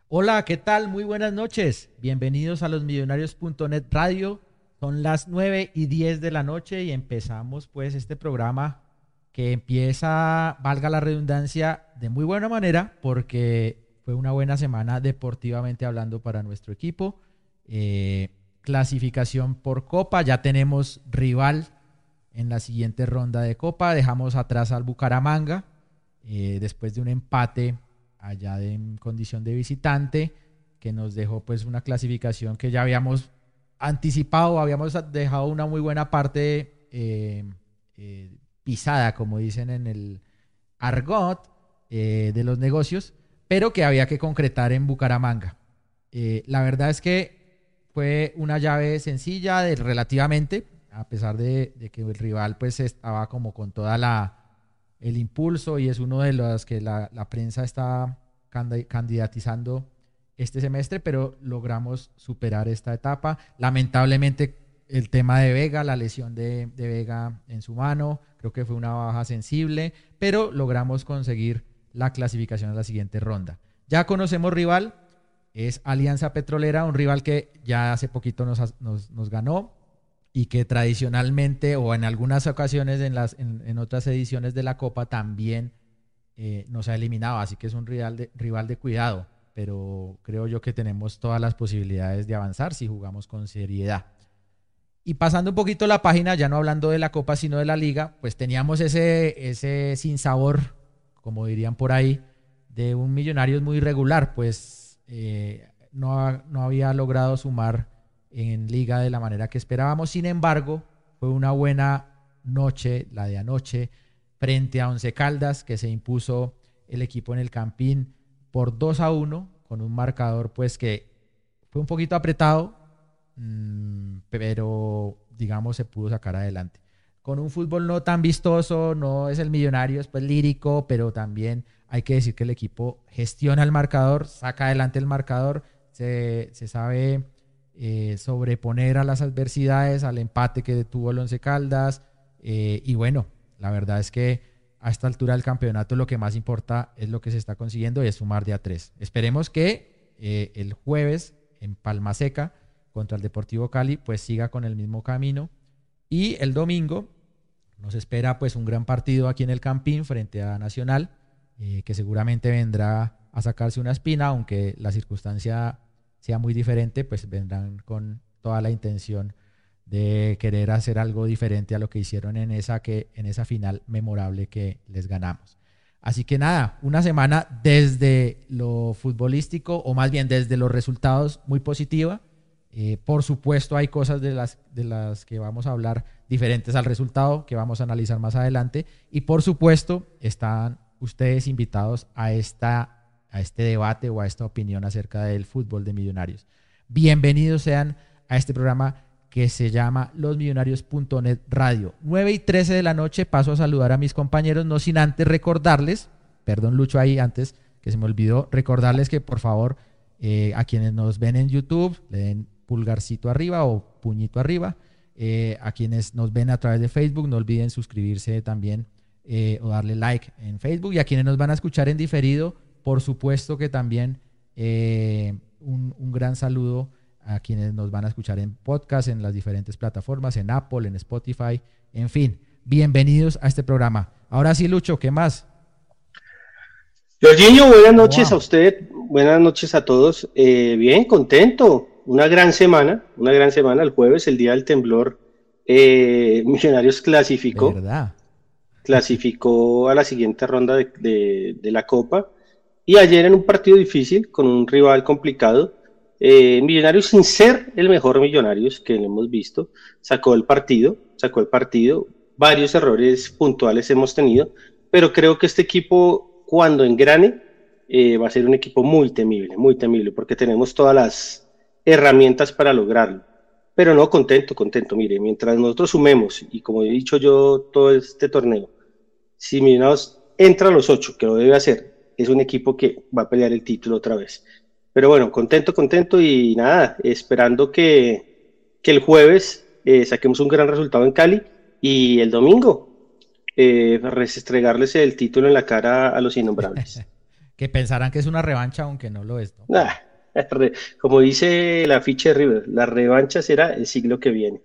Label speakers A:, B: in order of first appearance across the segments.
A: Hola, ¿qué tal? Muy buenas noches. Bienvenidos a losmillonarios.net Radio. Son las 9:10 de la noche y empezamos pues este programa que empieza, valga la redundancia, de muy buena manera porque fue una buena semana deportivamente hablando para nuestro equipo. Clasificación por Copa, ya tenemos rival en la siguiente ronda de Copa. Dejamos atrás al Bucaramanga después de un empate allá en condición de visitante, que nos dejó pues una clasificación que ya habíamos anticipado, habíamos dejado una muy buena parte pisada, como dicen en el argot de los negocios, pero que había que concretar en Bucaramanga. La verdad es que fue una llave sencilla relativamente, a pesar de que el rival pues estaba como con toda el impulso y es uno de los que la prensa está candidatizando este semestre, pero logramos superar esta etapa. Lamentablemente el tema de Vega, la lesión de Vega en su mano, creo que fue una baja sensible, pero logramos conseguir la clasificación a la siguiente ronda. Ya conocemos rival, es Alianza Petrolera, un rival que ya hace poquito nos ganó y que tradicionalmente o en algunas ocasiones en otras ediciones de la Copa también nos ha eliminado, así que es un rival de cuidado, pero creo yo que tenemos todas las posibilidades de avanzar si jugamos con seriedad. Y pasando un poquito la página, ya no hablando de la Copa sino de la Liga, pues teníamos ese sinsabor, como dirían por ahí, de un Millonarios muy irregular, pues no había logrado sumar en Liga de la manera que esperábamos. Sin embargo, fue una buena noche, la de anoche, frente a Once Caldas, que se impuso el equipo en el Campín por 2-1, con un marcador pues que fue un poquito apretado, pero digamos se pudo sacar adelante. Con un fútbol no tan vistoso, no es el Millonarios pues lírico, pero también hay que decir que el equipo gestiona el marcador, saca adelante el marcador, se sabe sobreponer a las adversidades, al empate que tuvo el Once Caldas, y bueno, la verdad es que a esta altura del campeonato lo que más importa es lo que se está consiguiendo y es sumar de a 3. Esperemos que el jueves en Palma Seca contra el Deportivo Cali pues siga con el mismo camino, y el domingo nos espera pues un gran partido aquí en el Campín frente a Nacional, que seguramente vendrá a sacarse una espina, aunque la circunstancia sea muy diferente, pues vendrán con toda la intención de querer hacer algo diferente a lo que hicieron en esa final memorable que les ganamos. Así que nada, una semana desde lo futbolístico, o más bien desde los resultados, muy positiva. Por supuesto hay cosas de las que vamos a hablar diferentes al resultado, que vamos a analizar más adelante, y por supuesto están ustedes invitados a este debate o a esta opinión acerca del fútbol de Millonarios. Bienvenidos sean a este programa que se llama losmillonarios.net Radio. 9:13 de la noche, paso a saludar a mis compañeros, no sin antes recordarles, perdón Lucho ahí antes, que se me olvidó, recordarles que por favor a quienes nos ven en YouTube le den pulgarcito arriba o puñito arriba, a quienes nos ven a través de Facebook no olviden suscribirse también o darle like en Facebook, y a quienes nos van a escuchar en diferido, por supuesto que también un gran saludo a quienes nos van a escuchar en podcast, en las diferentes plataformas, en Apple, en Spotify, en fin, bienvenidos a este programa. Ahora sí, Lucho, ¿qué más?
B: Jorginho, buenas
A: ¿Cómo
B: noches a
A: vamos?
B: usted, buenas noches a todos. Bien, contento. Una gran semana. El jueves, el día del temblor, Millonarios
A: ¿Verdad?
B: clasificó a la siguiente ronda de la Copa. Y ayer en un partido difícil, con un rival complicado, Millonarios, sin ser el mejor Millonarios que hemos visto, sacó el partido. Varios errores puntuales hemos tenido, pero creo que este equipo, cuando engrane, va a ser un equipo muy temible, porque tenemos todas las herramientas para lograrlo. Pero no, contento, contento. Mire, mientras nosotros sumemos, y como he dicho yo todo este torneo, si Millonarios entra a los 8, que lo debe hacer, es un equipo que va a pelear el título otra vez. Pero bueno, contento, contento y nada, esperando que el jueves saquemos un gran resultado en Cali y el domingo restregarles el título en la cara a los innombrables.
A: que pensarán que es una revancha, aunque no lo es, ¿no?
B: Nah, como dice la ficha de River, la revancha será el siglo que viene.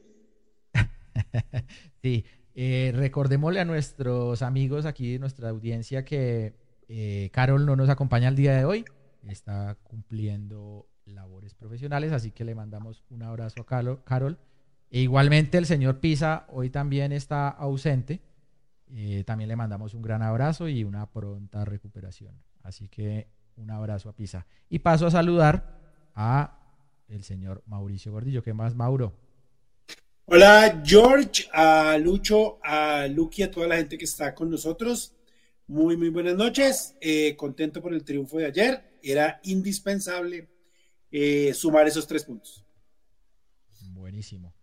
A: Sí, recordémosle a nuestros amigos aquí, nuestra audiencia, que Carol no nos acompaña el día de hoy, está cumpliendo labores profesionales, así que le mandamos un abrazo a Carol. E igualmente el señor Pisa hoy también está ausente, también le mandamos un gran abrazo y una pronta recuperación. Así que un abrazo a Pisa. Y paso a saludar a el señor Mauricio Gordillo. ¿Qué más, Mauro?
C: Hola George, a Lucho, a Lucky, a toda la gente que está con nosotros. Muy, muy buenas noches. Contento por el triunfo de ayer. Era indispensable sumar esos 3 puntos.
A: Buenísimo.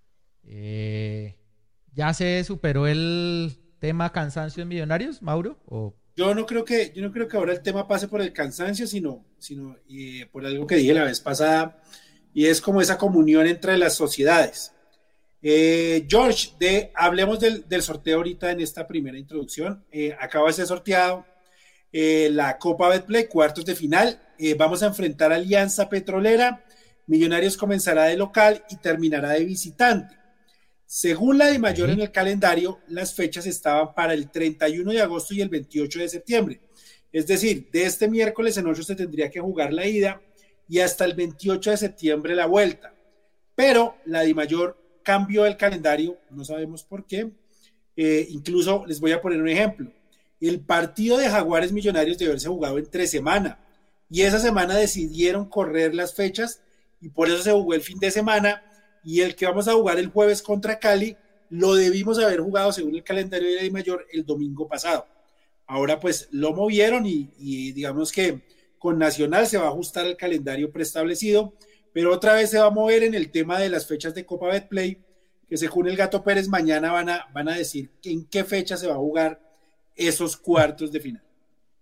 A: ¿Ya se superó el tema cansancio en Millonarios, Mauro?
C: Yo no creo que ahora el tema pase por el cansancio, sino por algo que dije la vez pasada, y es como esa comunión entre las sociedades. George, hablemos del sorteo ahorita en esta primera introducción. Acaba de ser sorteado la Copa Betplay, cuartos de final. Vamos a enfrentar a Alianza Petrolera. Millonarios comenzará de local y terminará de visitante. Según la DIMAYOR en el calendario, las fechas estaban para el 31 de agosto y el 28 de septiembre. Es decir, de este miércoles en 8 se tendría que jugar la ida y hasta el 28 de septiembre la vuelta. Pero la DIMAYOR cambió el calendario, no sabemos por qué. Incluso les voy a poner un ejemplo. El partido de Jaguares Millonarios debe haberse jugado entre semana y esa semana decidieron correr las fechas y por eso se jugó el fin de semana, y el que vamos a jugar el jueves contra Cali lo debimos haber jugado según el calendario de la DIMAYOR el domingo pasado. Ahora pues lo movieron y digamos que con Nacional se va a ajustar el calendario preestablecido, pero otra vez se va a mover en el tema de las fechas de Copa Betplay, que según el Gato Pérez mañana van a decir en qué fecha se va a jugar esos cuartos de final.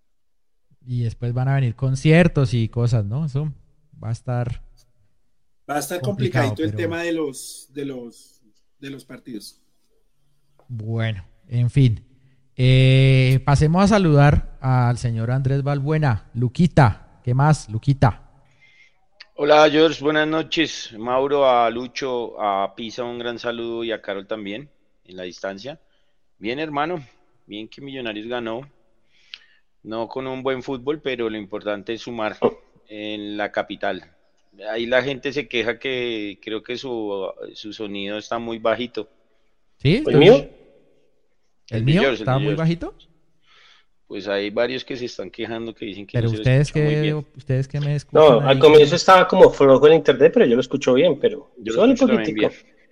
A: Y después van a venir conciertos y cosas, ¿no? Eso va a estar
C: Va a estar
A: complicado,
C: complicadito el
A: pero
C: tema de los partidos.
A: bueno, en fin. Pasemos a saludar al señor Andrés Balbuena. Luquita, ¿qué más, Luquita?
D: Hola George, buenas noches. Mauro, a Lucho, a Pisa un gran saludo y a Carol también en la distancia. Bien hermano, bien que Millonarios ganó, no con un buen fútbol, pero lo importante es sumar en la capital. Ahí la gente se queja que creo que su sonido está muy bajito.
A: ¿Sí?
B: ¿El mío?
A: ¿El
D: De
A: mío
D: George, el de
A: estaba muy
D: George.
A: bajito?
D: Pues hay varios que se están quejando que dicen que no
A: Pero
D: se les escucha muy bien.
A: ustedes que me
B: No,
A: escuchan
B: al
A: ahí,
B: comienzo estaba como flojo el internet, pero yo lo escucho bien, pero
D: Yo lo
B: solo un
D: escucho también
B: poquitico.
D: bien.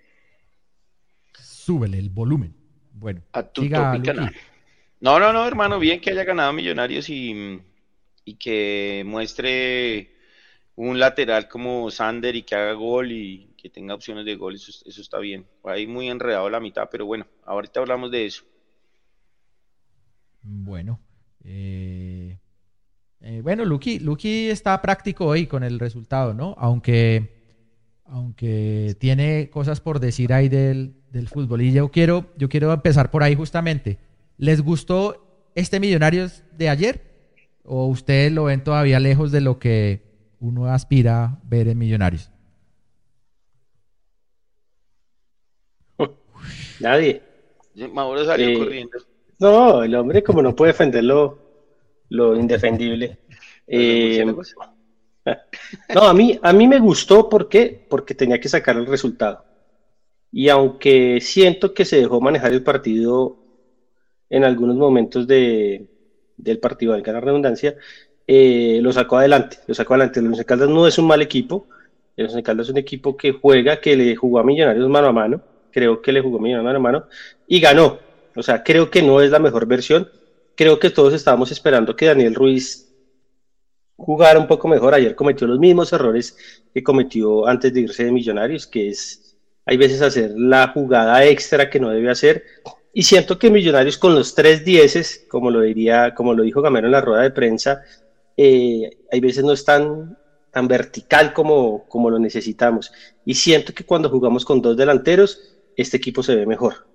A: súbele el volumen. Bueno,
D: A tu
A: siga,
D: topi
A: Luqui.
D: canal. No, hermano, bien que haya ganado Millonarios y que muestre un lateral como Sander y que haga gol y que tenga opciones de gol, eso está bien. Ahí muy enredado la mitad, pero bueno, ahorita hablamos de eso.
A: Bueno, bueno, Luqui está práctico hoy con el resultado, ¿no? Aunque tiene cosas por decir ahí del fútbol. Y yo quiero empezar por ahí justamente. ¿Les gustó este Millonarios de ayer? ¿O ustedes lo ven todavía lejos de lo que uno aspira a ver en Millonarios?
B: Nadie.
D: Mauro salió
B: Eh,
D: corriendo,
B: no, el hombre como no puede defender lo indefendible.
D: los
B: Eh,
D: murciélagos.
B: no, a mí me gustó porque tenía que sacar el resultado. Y aunque siento que se dejó manejar el partido en algunos momentos del partido, valga la redundancia, lo sacó adelante, lo sacó adelante. El Once Caldas no es un mal equipo, el Once Caldas es un equipo que juega, que le jugó a Millonarios mano a mano, creo que le jugó a Millonarios mano a mano, y ganó. O sea, creo que no es la mejor versión, creo que todos estábamos esperando que Daniel Ruiz jugara un poco mejor. Ayer cometió los mismos errores que cometió antes de irse de Millonarios, que es, hay veces hacer la jugada extra que no debe hacer. Y siento que Millonarios con los 3 dieces, como lo dijo Gamero en la rueda de prensa, hay veces no es tan vertical como lo necesitamos. Y siento que cuando jugamos con 2 delanteros, este equipo se ve mejor.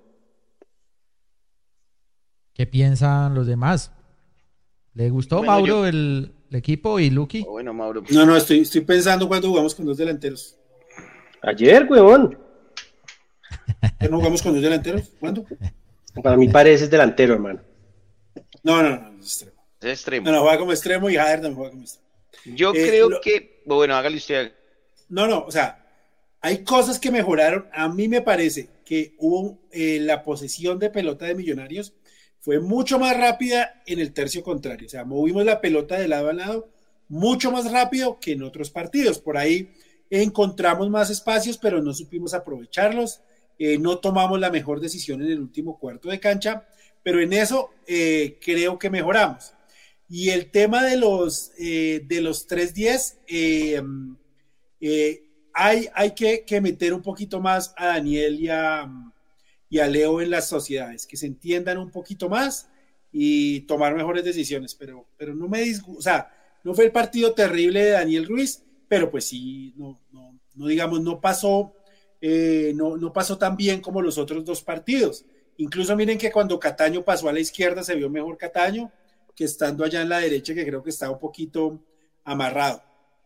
A: ¿Qué piensan los demás? ¿Le gustó,
D: Bueno,
A: Mauro, el el equipo y Lucky.
D: Bueno, Mauro.
C: No, estoy pensando cuando jugamos con dos delanteros.
B: Ayer, huevón.
C: ¿No jugamos con dos delanteros? ¿Cuándo?
B: Para mí pareces delantero, hermano.
C: No, es extremo.
D: Es extremo.
C: No, juega como extremo y Jader también juega como extremo.
D: Yo creo que, bueno, hágale usted.
C: No, o sea, hay cosas que mejoraron. A mí me parece que hubo la posesión de pelota de Millonarios fue mucho más rápida en el tercio contrario. O sea, movimos la pelota de lado a lado mucho más rápido que en otros partidos. Por ahí encontramos más espacios, pero no supimos aprovecharlos. No tomamos la mejor decisión en el último cuarto de cancha, pero en eso creo que mejoramos. Y el tema de los 3-10, hay que meter un poquito más a Daniel y a Leo en las sociedades, que se entiendan un poquito más y tomar mejores decisiones, pero no me disgusta, o sea, no fue el partido terrible de Daniel Ruiz, pero pues sí, no digamos, no pasó tan bien como los otros dos partidos. Incluso miren que cuando Cataño pasó a la izquierda se vio mejor Cataño que estando allá en la derecha, que creo que está un poquito amarrado.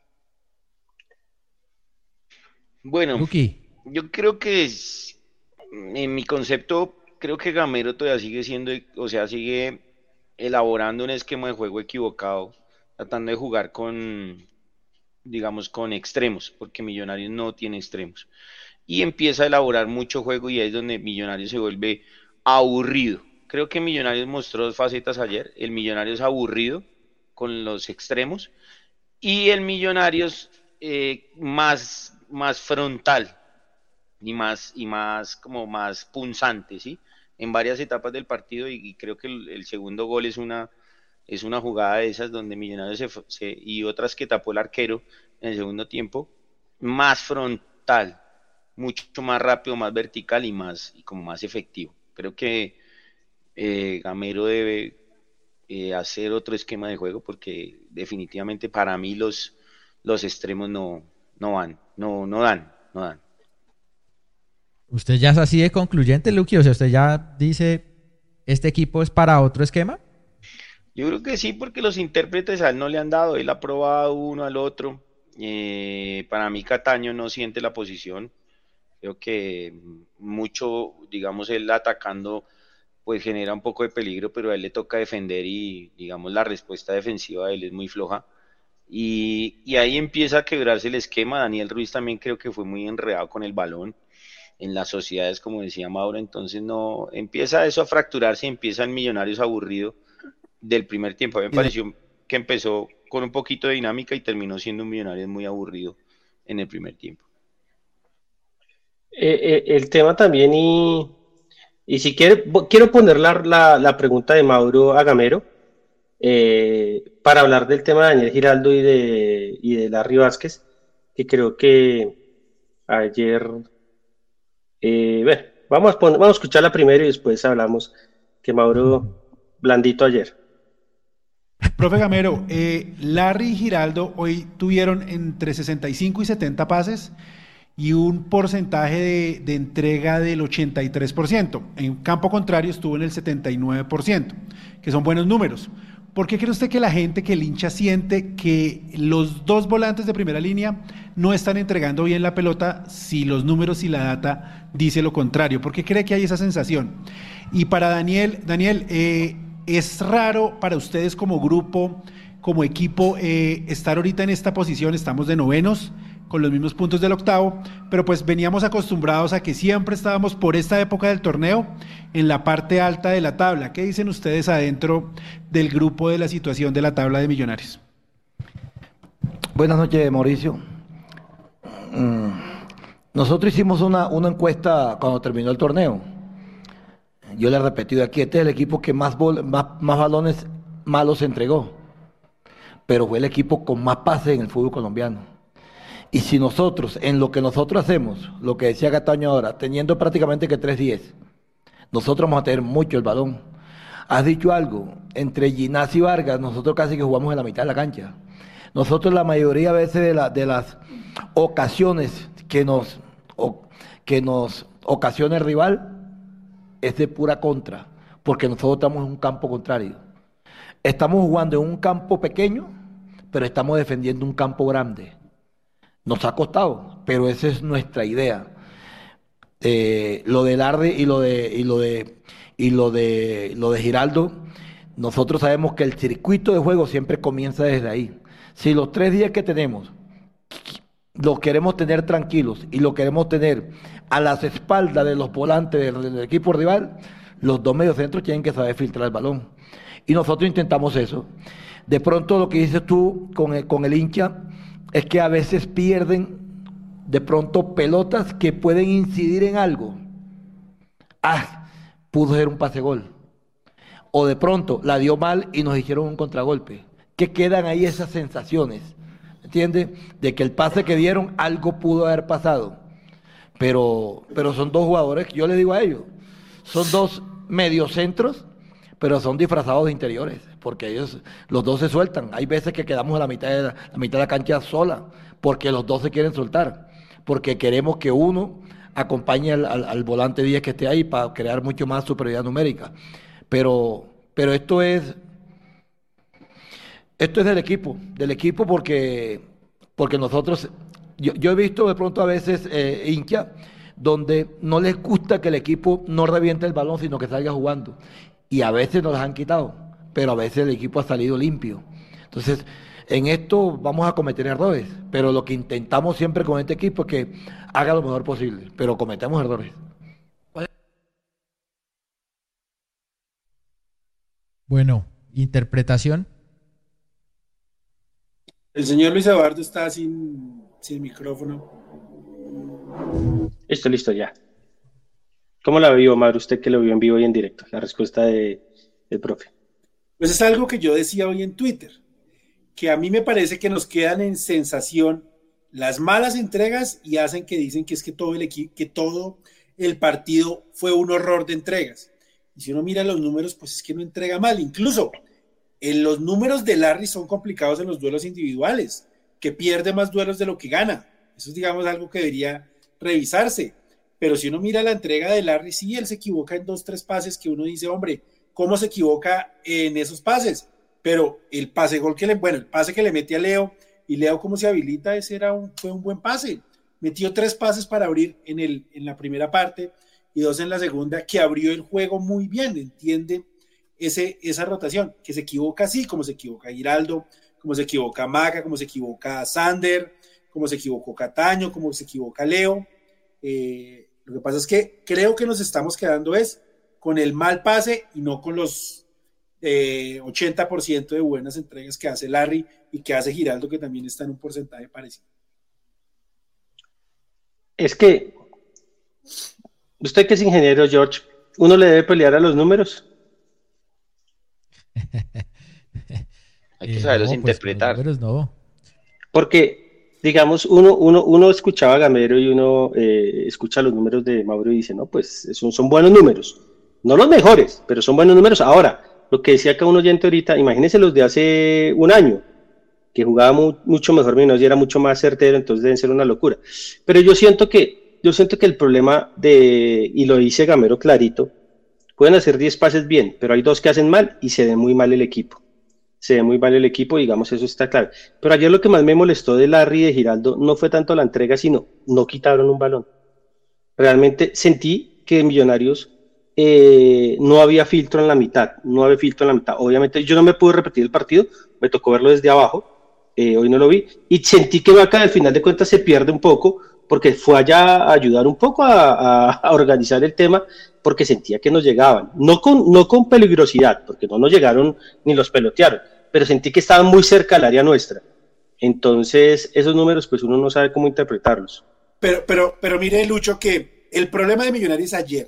D: Bueno,
A: Lucky.
D: yo creo que en mi concepto, creo que Gamero todavía sigue siendo, o sea, sigue elaborando un esquema de juego equivocado, tratando de jugar digamos, con extremos, porque Millonarios no tiene extremos. Y empieza a elaborar mucho juego y ahí es donde Millonarios se vuelve aburrido. Creo que Millonarios mostró dos facetas ayer. El Millonarios aburrido con los extremos y el Millonarios más frontal y más como más punzante, ¿sí? En varias etapas del partido y creo que el segundo gol es una jugada de esas donde Millonarios y otras que tapó el arquero en el segundo tiempo, más frontal, mucho más rápido, más vertical y como más efectivo. Creo que Gamero debe hacer otro esquema de juego porque definitivamente para mí los extremos no dan.
A: ¿Usted ya es así de concluyente, Lucky? O sea, ¿usted ya dice, este equipo es para otro esquema?
D: Yo creo que sí, porque los intérpretes a él no le han dado, él ha probado uno al otro. Para mí Cataño no siente la posición. Creo que mucho, digamos, él atacando pues genera un poco de peligro, pero a él le toca defender y digamos la respuesta defensiva de él es muy floja. Y ahí empieza a quebrarse el esquema. Daniel Ruiz también creo que fue muy enredado con el balón en las sociedades, como decía Mauro, entonces no empieza eso a fracturarse y empieza el Millonarios aburrido del primer tiempo. A mí me pareció que empezó con un poquito de dinámica y terminó siendo un Millonarios muy aburrido en el primer tiempo.
B: El tema también, y si quiero poner la pregunta de Mauro a Gamero, para hablar del tema de Daniel Giraldo y de Larry Vázquez, que creo que ayer, bueno, vamos a escucharla primero y después hablamos, que Mauro blandito ayer.
C: Profe Gamero, Larry y Giraldo hoy tuvieron entre 65 y 70 pases y un porcentaje de entrega del 83%. En campo contrario estuvo en el 79%, que son buenos números. ¿Por qué cree usted que la gente, que el hincha siente que los dos volantes de primera línea no están entregando bien la pelota si los números y la data dice lo contrario? ¿Por qué cree que hay esa sensación? Y para Daniel, ¿es raro para ustedes como grupo, como equipo, estar ahorita en esta posición? Estamos de novenos, con los mismos puntos del octavo, pero pues veníamos acostumbrados a que siempre estábamos por esta época del torneo en la parte alta de la tabla. ¿Qué dicen ustedes adentro del grupo de la situación de la tabla de Millonarios?
E: Buenas noches, Mauricio. Nosotros hicimos una encuesta cuando terminó el torneo. Yo le he repetido aquí, este es el equipo que más balones malos entregó, pero fue el equipo con más pases en el fútbol colombiano. Y si nosotros, en lo que nosotros hacemos, lo que decía Cataño ahora, teniendo prácticamente que 3-10, nosotros vamos a tener mucho el balón. Has dicho algo, entre Ginás y Vargas, nosotros casi que jugamos en la mitad de la cancha. Nosotros la mayoría a veces de las ocasiones que nos ocasiona el rival es de pura contra, porque nosotros estamos en un campo contrario. Estamos jugando en un campo pequeño, pero estamos defendiendo un campo grande. Nos ha costado, pero esa es nuestra idea. Lo de Larry y lo de Giraldo, nosotros sabemos que el circuito de juego siempre comienza desde ahí. Si los 3 días que tenemos los queremos tener tranquilos y lo queremos tener a las espaldas de los volantes del equipo rival, los 2 mediocentros tienen que saber filtrar el balón. Y nosotros intentamos eso. De pronto lo que dices tú con el hincha es que a veces pierden de pronto pelotas que pueden incidir en algo. Pudo ser un pase gol. O de pronto la dio mal y nos hicieron un contragolpe. Que quedan ahí esas sensaciones, ¿entiendes? De que el pase que dieron algo pudo haber pasado. Pero son 2 jugadores que yo le digo a ellos, son 2 mediocentros, pero son disfrazados de interiores, porque ellos, los 2 se sueltan. Hay veces que quedamos a la mitad de la cancha sola, porque los 2 se quieren soltar, porque queremos que uno acompañe al volante 10 que esté ahí para crear mucho más superioridad numérica. Pero esto es del equipo porque nosotros, yo he visto de pronto a veces hinchas donde no les gusta que el equipo no reviente el balón, sino que salga jugando. Y a veces nos las han quitado, pero a veces el equipo ha salido limpio. Entonces, en esto vamos a cometer errores, pero lo que intentamos siempre con este equipo es que haga lo mejor posible, pero cometemos errores.
A: Bueno, interpretación.
C: El señor Luis Eduardo está sin micrófono.
B: Listo, ya. ¿Cómo la vio, Mauro, usted que lo vio en vivo y en directo? La respuesta del profe.
C: Pues es algo que yo decía hoy en Twitter, que a mí me parece que nos quedan en sensación las malas entregas y hacen que dicen que es que todo el partido fue un horror de entregas. Y si uno mira los números, pues es que no entrega mal. Incluso los números de Larry son complicados en los duelos individuales, que pierde más duelos de lo que gana. Eso es, digamos, algo que debería revisarse. Pero si uno mira la entrega de Larry, sí, él se equivoca en 2, 3 pases que uno dice, hombre, ¿cómo se equivoca en esos pases? Pero el pase gol el pase que le mete a Leo, y Leo cómo se habilita, fue un buen pase. Metió 3 pases para abrir en la primera parte y 2 en la segunda, que abrió el juego muy bien, entiende esa rotación, que se equivoca así, como se equivoca Giraldo, como se equivoca Maga, como se equivoca Sander, como se equivocó Cataño, como se equivoca Leo. Lo que pasa es que creo que nos estamos quedando con el mal pase y no con los 80% de buenas entregas que hace Larry y que hace Giraldo, que también está en un porcentaje parecido.
B: Es que usted que es ingeniero, George, ¿uno le debe pelear a los números?
D: Hay que saberlos
A: No,
D: interpretar.
A: Pues, no.
B: Porque, digamos, uno escuchaba a Gamero y uno escucha los números de Mauro y dice, no, pues son buenos números. No los mejores, pero son buenos números. Ahora, lo que decía acá un oyente ahorita, imagínense los de hace un año, que jugaba mucho mejor Millonarios y era mucho más certero, entonces deben ser una locura. Pero yo siento que el problema y lo dice Gamero clarito, pueden hacer 10 pases bien, pero hay 2 que hacen mal y se ve muy mal el equipo. Digamos, eso está claro. Pero ayer lo que más me molestó de Larry y de Giraldo no fue tanto la entrega, sino no quitaron un balón. Realmente sentí que Millonarios no había filtro en la mitad. Obviamente yo no me pude repetir el partido, me tocó verlo desde abajo, hoy no lo vi, y sentí que Vaca al final de cuentas se pierde un poco, porque fue allá a ayudar un poco a organizar el tema, porque sentía que nos llegaban, no con peligrosidad, porque no nos llegaron ni los pelotearon, pero sentí que estaban muy cerca al área nuestra. Entonces, esos números, pues uno no sabe cómo interpretarlos.
C: Pero mire, Lucho, que el problema de Millonarios ayer,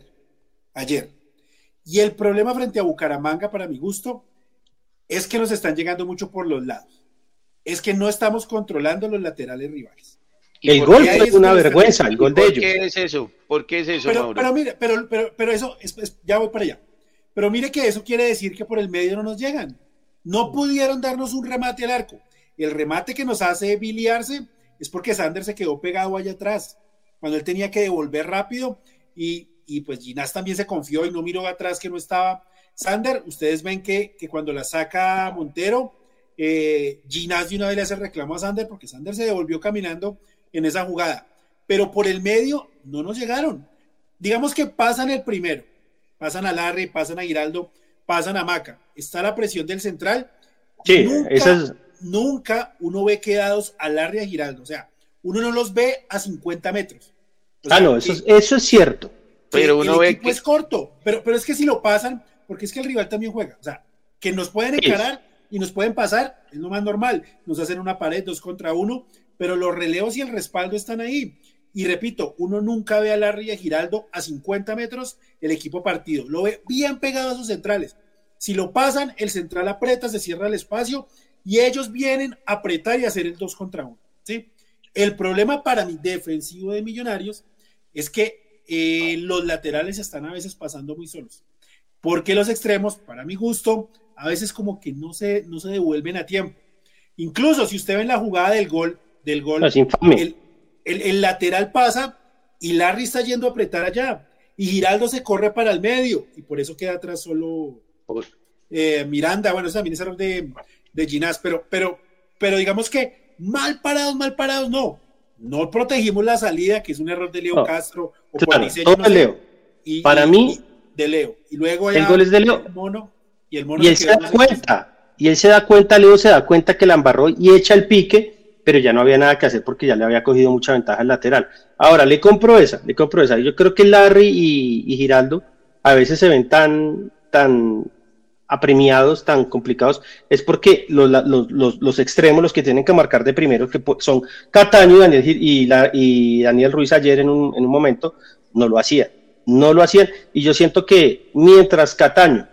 C: y el problema frente a Bucaramanga, para mi gusto, es que nos están llegando mucho por los lados. Es que no estamos controlando los laterales rivales.
B: El gol fue una vergüenza, el gol de ellos.
D: ¿Por qué es eso, Mauro?
C: Pero mire, pero eso, ya voy para allá. Pero mire que eso quiere decir que por el medio no nos llegan. No pudieron darnos un remate al arco. El remate que nos hace biliarse es porque Sander se quedó pegado allá atrás, cuando él tenía que devolver rápido, y pues Ginás también se confió y no miró atrás que no estaba Sander. Ustedes ven que cuando la saca Montero, Ginás de una vez le hace reclamo a Sander porque Sander se devolvió caminando en esa jugada. Pero por el medio no nos llegaron. Digamos que pasan el primero. Pasan a Larry, pasan a Giraldo, pasan a Maca. Está la presión del central.
B: Sí,
C: nunca uno ve quedados a Larry y a Giraldo. O sea, uno no los ve a 50 metros. O sea,
B: no, eso es cierto.
C: Pero uno ve que es corto. Pero es que si lo pasan, porque es que el rival también juega. O sea, que nos pueden encarar y nos pueden pasar, es lo más normal. Nos hacen una pared 2 contra 1, pero los relevos y el respaldo están ahí. Y repito, uno nunca ve a Larry y a Giraldo a 50 metros el equipo partido. Lo ve bien pegado a sus centrales. Si lo pasan, el central aprieta, se cierra el espacio y ellos vienen a apretar y a hacer el 2 contra 1. ¿Sí? El problema para mi defensivo de Millonarios es que los laterales están a veces pasando muy solos. Porque los extremos, para mi gusto, a veces como que no se devuelven a tiempo. Incluso si usted ve en la jugada del gol,
B: es infame.
C: El lateral pasa y Larry está yendo a apretar allá y Giraldo se corre para el medio y por eso queda atrás solo Miranda. Bueno, eso también es error de Ginás, pero digamos que mal parados no protegimos la salida, que es un error de Leo Castro o por diseño,
B: no sé, Leo. Para mí
C: de Leo y luego
B: el gol es de Leo
C: y
B: él se da cuenta, Leo se da cuenta que la embarró y echa el pique, pero ya no había nada que hacer porque ya le había cogido mucha ventaja al lateral. Ahora, le compro esa. Yo creo que Larry y Giraldo a veces se ven tan apremiados, tan complicados, es porque los extremos, los que tienen que marcar de primero, que son Cataño y Daniel Ruiz ayer en un momento, no lo hacían, y yo siento que mientras Cataño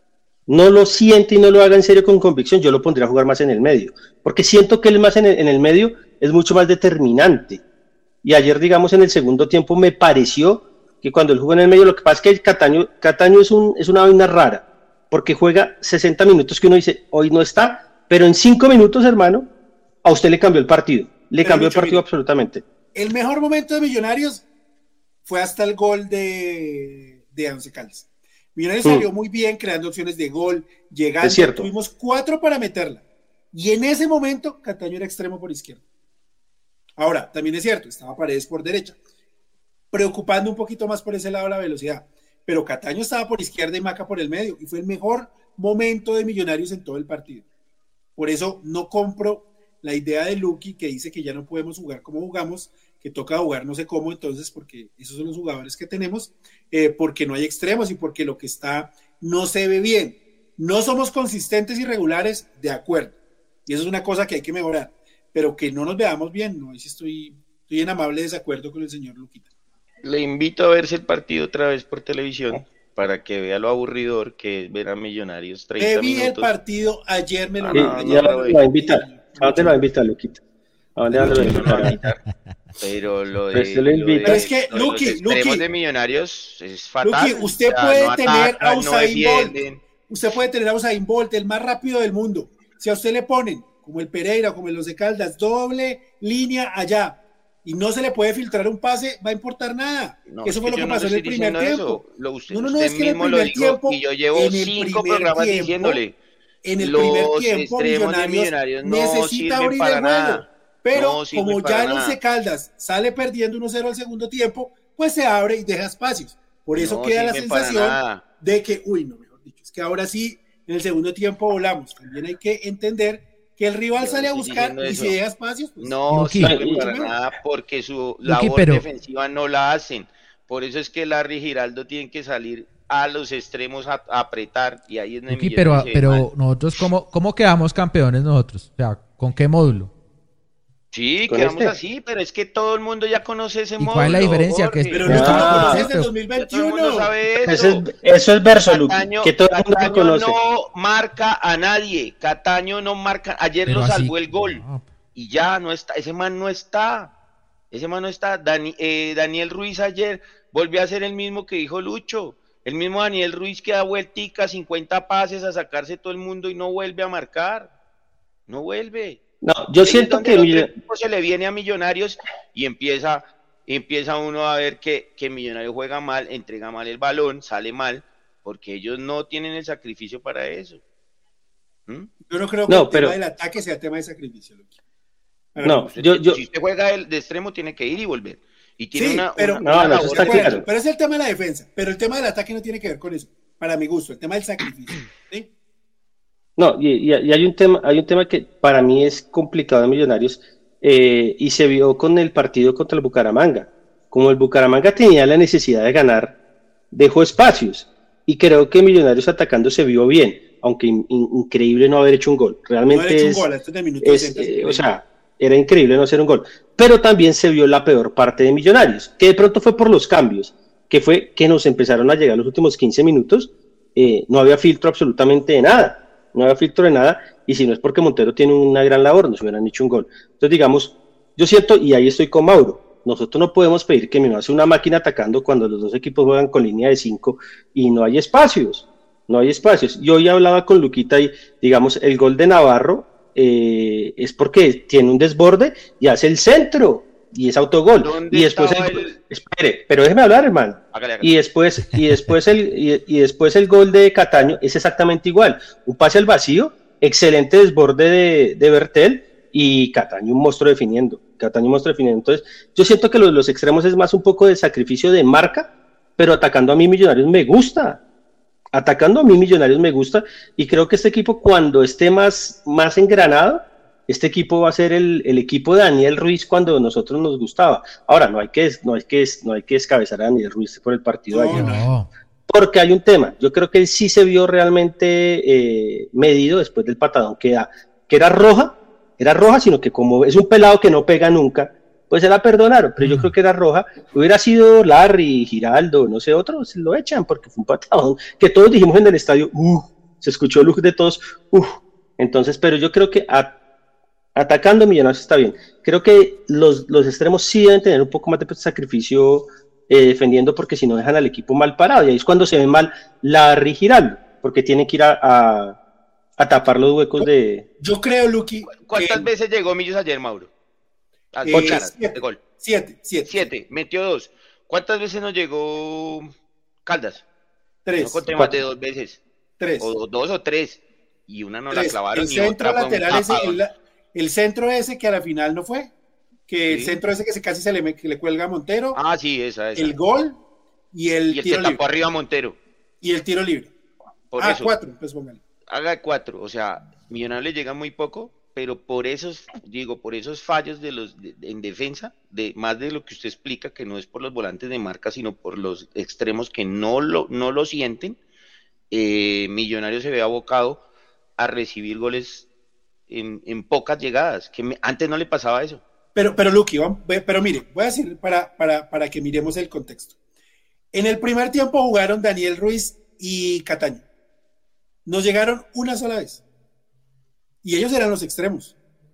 B: no lo siente y no lo haga en serio con convicción, yo lo pondría a jugar más en el medio, porque siento que él más en el medio es mucho más determinante, y ayer, digamos, en el segundo tiempo me pareció que cuando él jugó en el medio, lo que pasa es que el Cataño es una vaina rara, porque juega 60 minutos que uno dice, hoy no está, pero en 5 minutos, hermano, a usted le cambió el partido, absolutamente.
C: El mejor momento de Millonarios fue hasta el gol de Once Caldas. Millonarios salió muy bien creando opciones de gol, llegando, tuvimos 4 para meterla. Y en ese momento, Cataño era extremo por izquierda. Ahora, también es cierto, estaba Paredes por derecha, preocupando un poquito más por ese lado la velocidad. Pero Cataño estaba por izquierda y Maca por el medio, y fue el mejor momento de Millonarios en todo el partido. Por eso no compro la idea de Lucky, que dice que ya no podemos jugar como jugamos, que toca jugar no sé cómo, entonces, porque esos son los jugadores que tenemos, porque no hay extremos y porque lo que está no se ve bien. No somos consistentes y regulares, de acuerdo, y eso es una cosa que hay que mejorar, pero que no nos veamos bien, no, ahí sí estoy en amable desacuerdo con el señor Luquita.
D: Le invito a verse el partido otra vez por televisión para que vea lo aburridor que es ver a Millonarios 30 minutos.
C: El partido ayer, me lo
B: va a invitar. ¿A dónde lo va a invitar, Luquita? ¿A dónde lo va a invitar?
D: Pero lo
C: pero es que
D: los extremos de Millonarios es fatal.
C: Luqui, usted puede tener a Usain Bolt. Usted puede tener a Usain Bolt, el más rápido del mundo. Si a usted le ponen, como el Pereira, como el Once Caldas, doble línea allá, y no se le puede filtrar un pase, va a importar nada.
D: No,
C: eso fue lo que pasó en el primer tiempo.
D: Usted mismo lo dijo, y yo llevo 5 programas diciéndole.
C: En el primer tiempo, Millonarios necesita abrir el juego. Pero como ya el Once Caldas sale perdiendo 1-0 al segundo tiempo, pues se abre y deja espacios. Por eso queda la sensación de que, mejor dicho, es que ahora sí, en el segundo tiempo volamos. También hay que entender que el rival sale a buscar y si deja espacios, pues
D: no sirve para nada, porque su labor defensiva no la hacen. Por eso es que Larry y Giraldo tienen que salir a los extremos a apretar, y ahí es donde
A: pero nosotros, ¿cómo quedamos campeones nosotros? O sea, ¿con qué módulo?
D: Sí, quedamos así, pero es que todo el mundo ya conoce ese módulo.
A: ¿Cuál es la diferencia?
C: Pero no estamos desde 2021.
B: Eso es verso, Luqui, que todo el mundo lo conoce.
D: No marca a nadie, Cataño no marca, ayer lo salvó el gol, y ya no está, ese man no está. Daniel Ruiz ayer volvió a ser el mismo que dijo Lucho, el mismo Daniel Ruiz que da vueltica, 50 pases a sacarse todo el mundo y no vuelve a marcar, no vuelve.
B: No, yo siento que
D: se le viene a Millonarios y empieza uno a ver que Millonarios juega mal, entrega mal el balón, sale mal, porque ellos no tienen el sacrificio para eso.
C: Yo no creo que el tema del ataque sea tema de sacrificio, Luqui.
B: No,
D: si usted juega de extremo, tiene que ir y volver. Y tiene
B: eso está claro.
C: Pero es el tema de la defensa. Pero el tema del ataque no tiene que ver con eso, para mi gusto, el tema del sacrificio. ¿Sí?
B: No, y hay un tema que para mí es complicado en Millonarios, y se vio con el partido contra el Bucaramanga. Como el Bucaramanga tenía la necesidad de ganar, dejó espacios. Y creo que Millonarios atacando se vio bien, aunque increíble no haber hecho un gol. Realmente o sea, era increíble no hacer un gol. Pero también se vio la peor parte de Millonarios, que de pronto fue por los cambios, que fue que nos empezaron a llegar los últimos 15 minutos, no había filtro absolutamente de nada, y si no es porque Montero tiene una gran labor, nos hubieran hecho un gol. Entonces, digamos, yo siento, y ahí estoy con Mauro, nosotros no podemos pedir que Millonarios sea una máquina atacando cuando los dos equipos juegan con línea de 5 y no hay espacios. Yo hoy hablaba con Luquita y, digamos, el gol de Navarro es porque tiene un desborde y hace el centro y es autogol. Y después espere, pero déjeme hablar, hermano. Hágale. Y después el gol de Cataño es exactamente igual. Un pase al vacío, excelente desborde de Bertel y Cataño un monstruo definiendo. Entonces, yo siento que los extremos es más un poco de sacrificio de marca, pero atacando a mí Millonarios me gusta. Y creo que este equipo, cuando esté más engranado, este equipo va a ser el equipo de Daniel Ruiz cuando a nosotros nos gustaba. Ahora, no hay que descabezar a Daniel Ruiz por el partido de ayer.
A: No.
B: Porque hay un tema. Yo creo que él sí se vio realmente medido después del patadón que era roja, sino que como es un pelado que no pega nunca, pues se la perdonaron, pero yo creo que era roja. Hubiera sido Larry, Giraldo, no sé, otros lo echan porque fue un patadón que todos dijimos en el estadio, se escuchó el look de todos, entonces, pero yo creo que atacando Millonarios está bien. Creo que los extremos sí deben tener un poco más de sacrificio defendiendo, porque si no dejan al equipo mal parado, y ahí es cuando se ve mal Larry, Giraldo, porque tienen que ir a tapar los huecos de...
C: Yo creo, Luqui...
D: ¿Cuántas veces llegó Millos ayer, Mauro? 7. Metió 2. ¿Cuántas veces nos llegó Caldas?
C: 3.
D: No conté más de 2 veces.
C: 3.
D: O 2 o 3. Y una no
C: 3.
D: La clavaron.
C: El centro lateral el centro ese que a la final no fue. Que el centro ese que casi que le cuelga a Montero.
D: Ah, sí, esa.
C: El gol y el tiro
D: que tapó
C: libre.
D: Arriba a Montero.
C: Y el tiro libre.
D: Por eso.
C: 4, pues póngale.
D: Haga 4. O sea, Millonarios le llega muy poco, pero por esos fallos en defensa, más de lo que usted explica, que no es por los volantes de marca, sino por los extremos que no lo sienten, Millonarios se ve abocado a recibir goles en pocas llegadas, que antes no le pasaba eso.
C: Pero Luqui, pero mire, voy a decir para que miremos el contexto. En el primer tiempo jugaron Daniel Ruiz y Cataño. Nos llegaron una sola vez. Y ellos eran los extremos.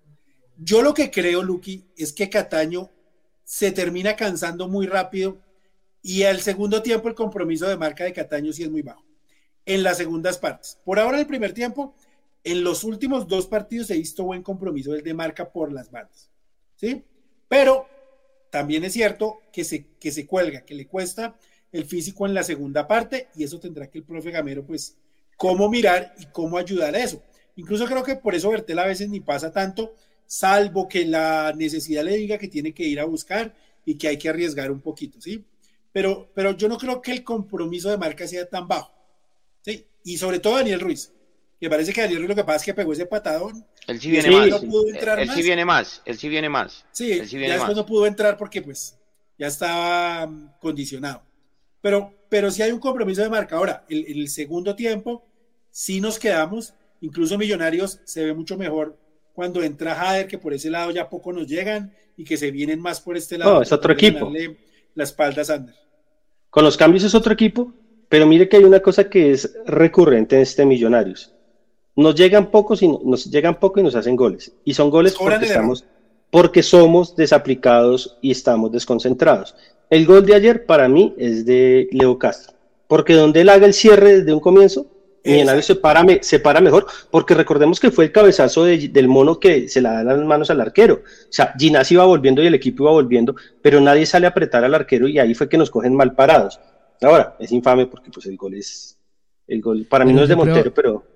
C: Yo lo que creo, Luqui, es que Cataño se termina cansando muy rápido y al segundo tiempo el compromiso de marca de Cataño sí es muy bajo. En las segundas partes. Por ahora en el primer tiempo, en los últimos 2 partidos he visto buen compromiso del de marca por las bandas. ¿Sí? Pero también es cierto que se cuelga, que le cuesta el físico en la segunda parte y eso tendrá que el profe Gamero, pues, cómo mirar y cómo ayudar a eso. Incluso creo que por eso Bertel a veces ni pasa tanto, salvo que la necesidad le diga que tiene que ir a buscar y que hay que arriesgar un poquito, ¿sí? Pero yo no creo que el compromiso de marca sea tan bajo, ¿sí? Y sobre todo Daniel Ruiz, que parece que Daniel Ruiz lo que pasa es que pegó ese patadón.
D: Él sí viene más. No pudo entrar él sí viene más.
C: Sí, ya después no pudo entrar porque pues ya estaba condicionado. Pero sí hay un compromiso de marca. Ahora, el segundo tiempo sí nos quedamos. Incluso Millonarios se ve mucho mejor cuando entra Jader, que por ese lado ya poco nos llegan y que se vienen más por este lado.
B: No, es otro equipo.
C: La espalda a Sander.
B: Con los cambios es otro equipo, pero mire que hay una cosa que es recurrente en este Millonarios. Nos llegan poco y nos hacen goles. Y son goles porque somos desaplicados y estamos desconcentrados. El gol de ayer para mí es de Leo Castro, porque donde él haga el cierre desde un comienzo, Millonarios se para mejor, porque recordemos que fue el cabezazo del mono que se la da las manos al arquero. O sea, Ginás iba volviendo y el equipo iba volviendo, pero nadie sale a apretar al arquero y ahí fue que nos cogen mal parados. Ahora, es infame porque pues el gol para mí no es de Montero, pero...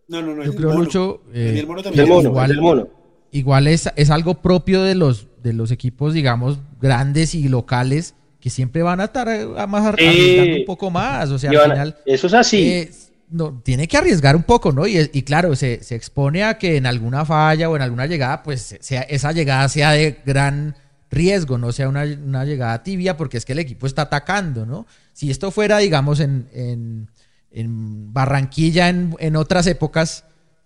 C: No,
A: Yo
C: es el
A: creo,
C: mono.
A: Lucho,
C: El mono
B: Del
C: también.
B: mono,
A: igual,
B: del mono.
A: igual es algo propio de los equipos, digamos, grandes y locales, que siempre van a estar arriesgando un poco más. O sea, al final,
B: Eso es así.
A: no, tiene que arriesgar un poco, ¿no? Y claro, se expone a que en alguna falla o en alguna llegada, pues esa llegada sea de gran riesgo, no sea una llegada tibia, porque es que el equipo está atacando, ¿no? Si esto fuera, digamos, en Barranquilla en otras épocas,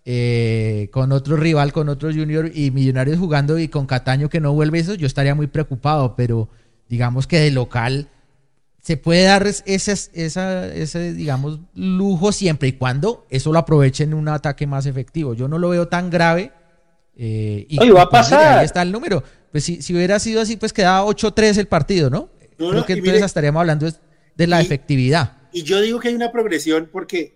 A: con otro rival, con otro Junior y Millonarios jugando y con Cataño que no vuelve eso, yo estaría muy preocupado, pero digamos que de local se puede dar ese, digamos, lujo siempre y cuando eso lo aprovechen en un ataque más efectivo. Yo no lo veo tan grave.
B: Oye, va a
A: pues, mire,
B: pasar.
A: ahí está el número. Pues si hubiera sido así, pues quedaba 8-3 el partido, ¿no? Creo que entonces estaríamos hablando de la efectividad.
C: Y yo digo que hay una progresión porque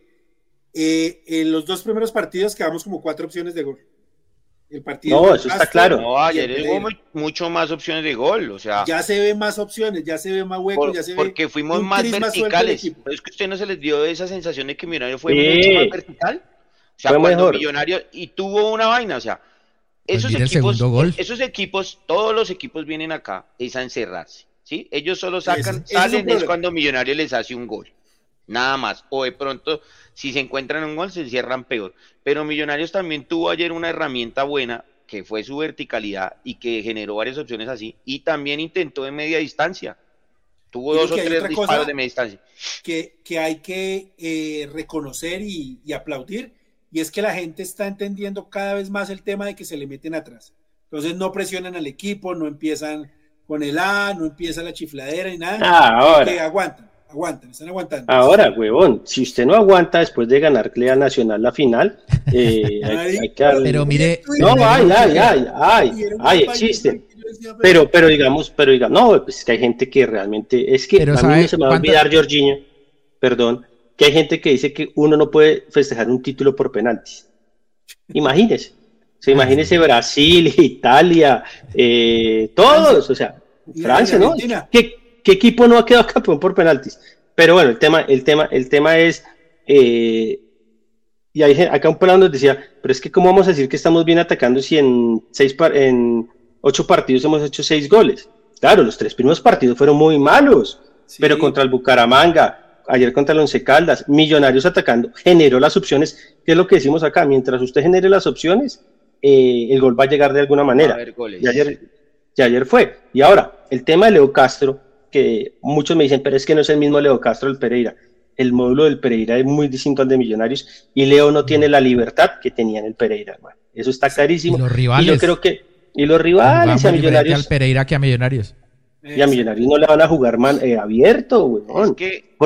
C: en los 2 primeros partidos quedamos como 4 opciones de gol. El partido
B: No, eso está claro.
D: No, ayer hubo mucho más opciones de gol, o sea.
C: Ya se ve más opciones, ya se ve más huecos, ya se ve.
D: Porque fuimos más verticales. Pero es que a usted no se les dio esa sensación de que Millonario fue mucho más vertical. O sea,
B: fue
D: cuando
B: mejor.
D: Millonario y tuvo una vaina, o sea,
A: Pues esos
D: equipos, todos los equipos vienen acá es a encerrarse, ¿sí? Ellos solo salen es cuando Millonario les hace un gol. Nada más. O de pronto, si se encuentran un gol, se encierran peor. Pero Millonarios también tuvo ayer una herramienta buena, que fue su verticalidad y que generó varias opciones así. Y también intentó de media distancia. Tuvo 2 o 3 disparos de media distancia.
C: Que hay que reconocer y aplaudir, y es que la gente está entendiendo cada vez más el tema de que se le meten atrás. Entonces no presionan al equipo, no empiezan con el no empieza la chifladera ni nada.
B: Ahora.
C: Que aguantan, están aguantando.
B: Ahora, huevón, si usted no aguanta después de ganarle a Nacional la final, hay que darle...
A: Pero mire...
B: No, existen. Pero digamos, no, pues es que hay gente que realmente, es que a mí no se me va a olvidar, Jorginho, perdón, que hay gente que dice que uno no puede festejar un título por penaltis. Imagínese. Imagínese Brasil, Italia, todos, o sea, Francia, ¿no? ¿Qué equipo no ha quedado campeón por penaltis? Pero bueno, el tema es, y hay, acá un pelado nos decía, pero es que ¿cómo vamos a decir que estamos bien atacando si en 8 partidos hemos hecho 6 goles? Claro, los 3 primeros partidos fueron muy malos, sí. Pero contra el Bucaramanga, ayer contra el Once Caldas, Millonarios atacando, generó las opciones, que es lo que decimos acá, mientras usted genere las opciones, el gol va a llegar de alguna manera. Y ayer fue. Y ahora, el tema de Leo Castro, que muchos me dicen, pero es que no es el mismo Leo Castro del Pereira. El módulo del Pereira es muy distinto al de Millonarios y Leo no tiene la libertad que tenía en el Pereira, hermano. Eso está clarísimo.
A: Y los rivales.
B: Y yo creo que los rivales
A: a Millonarios. Al Pereira que a Millonarios.
B: Y a Millonarios no le van a jugar abierto, weón.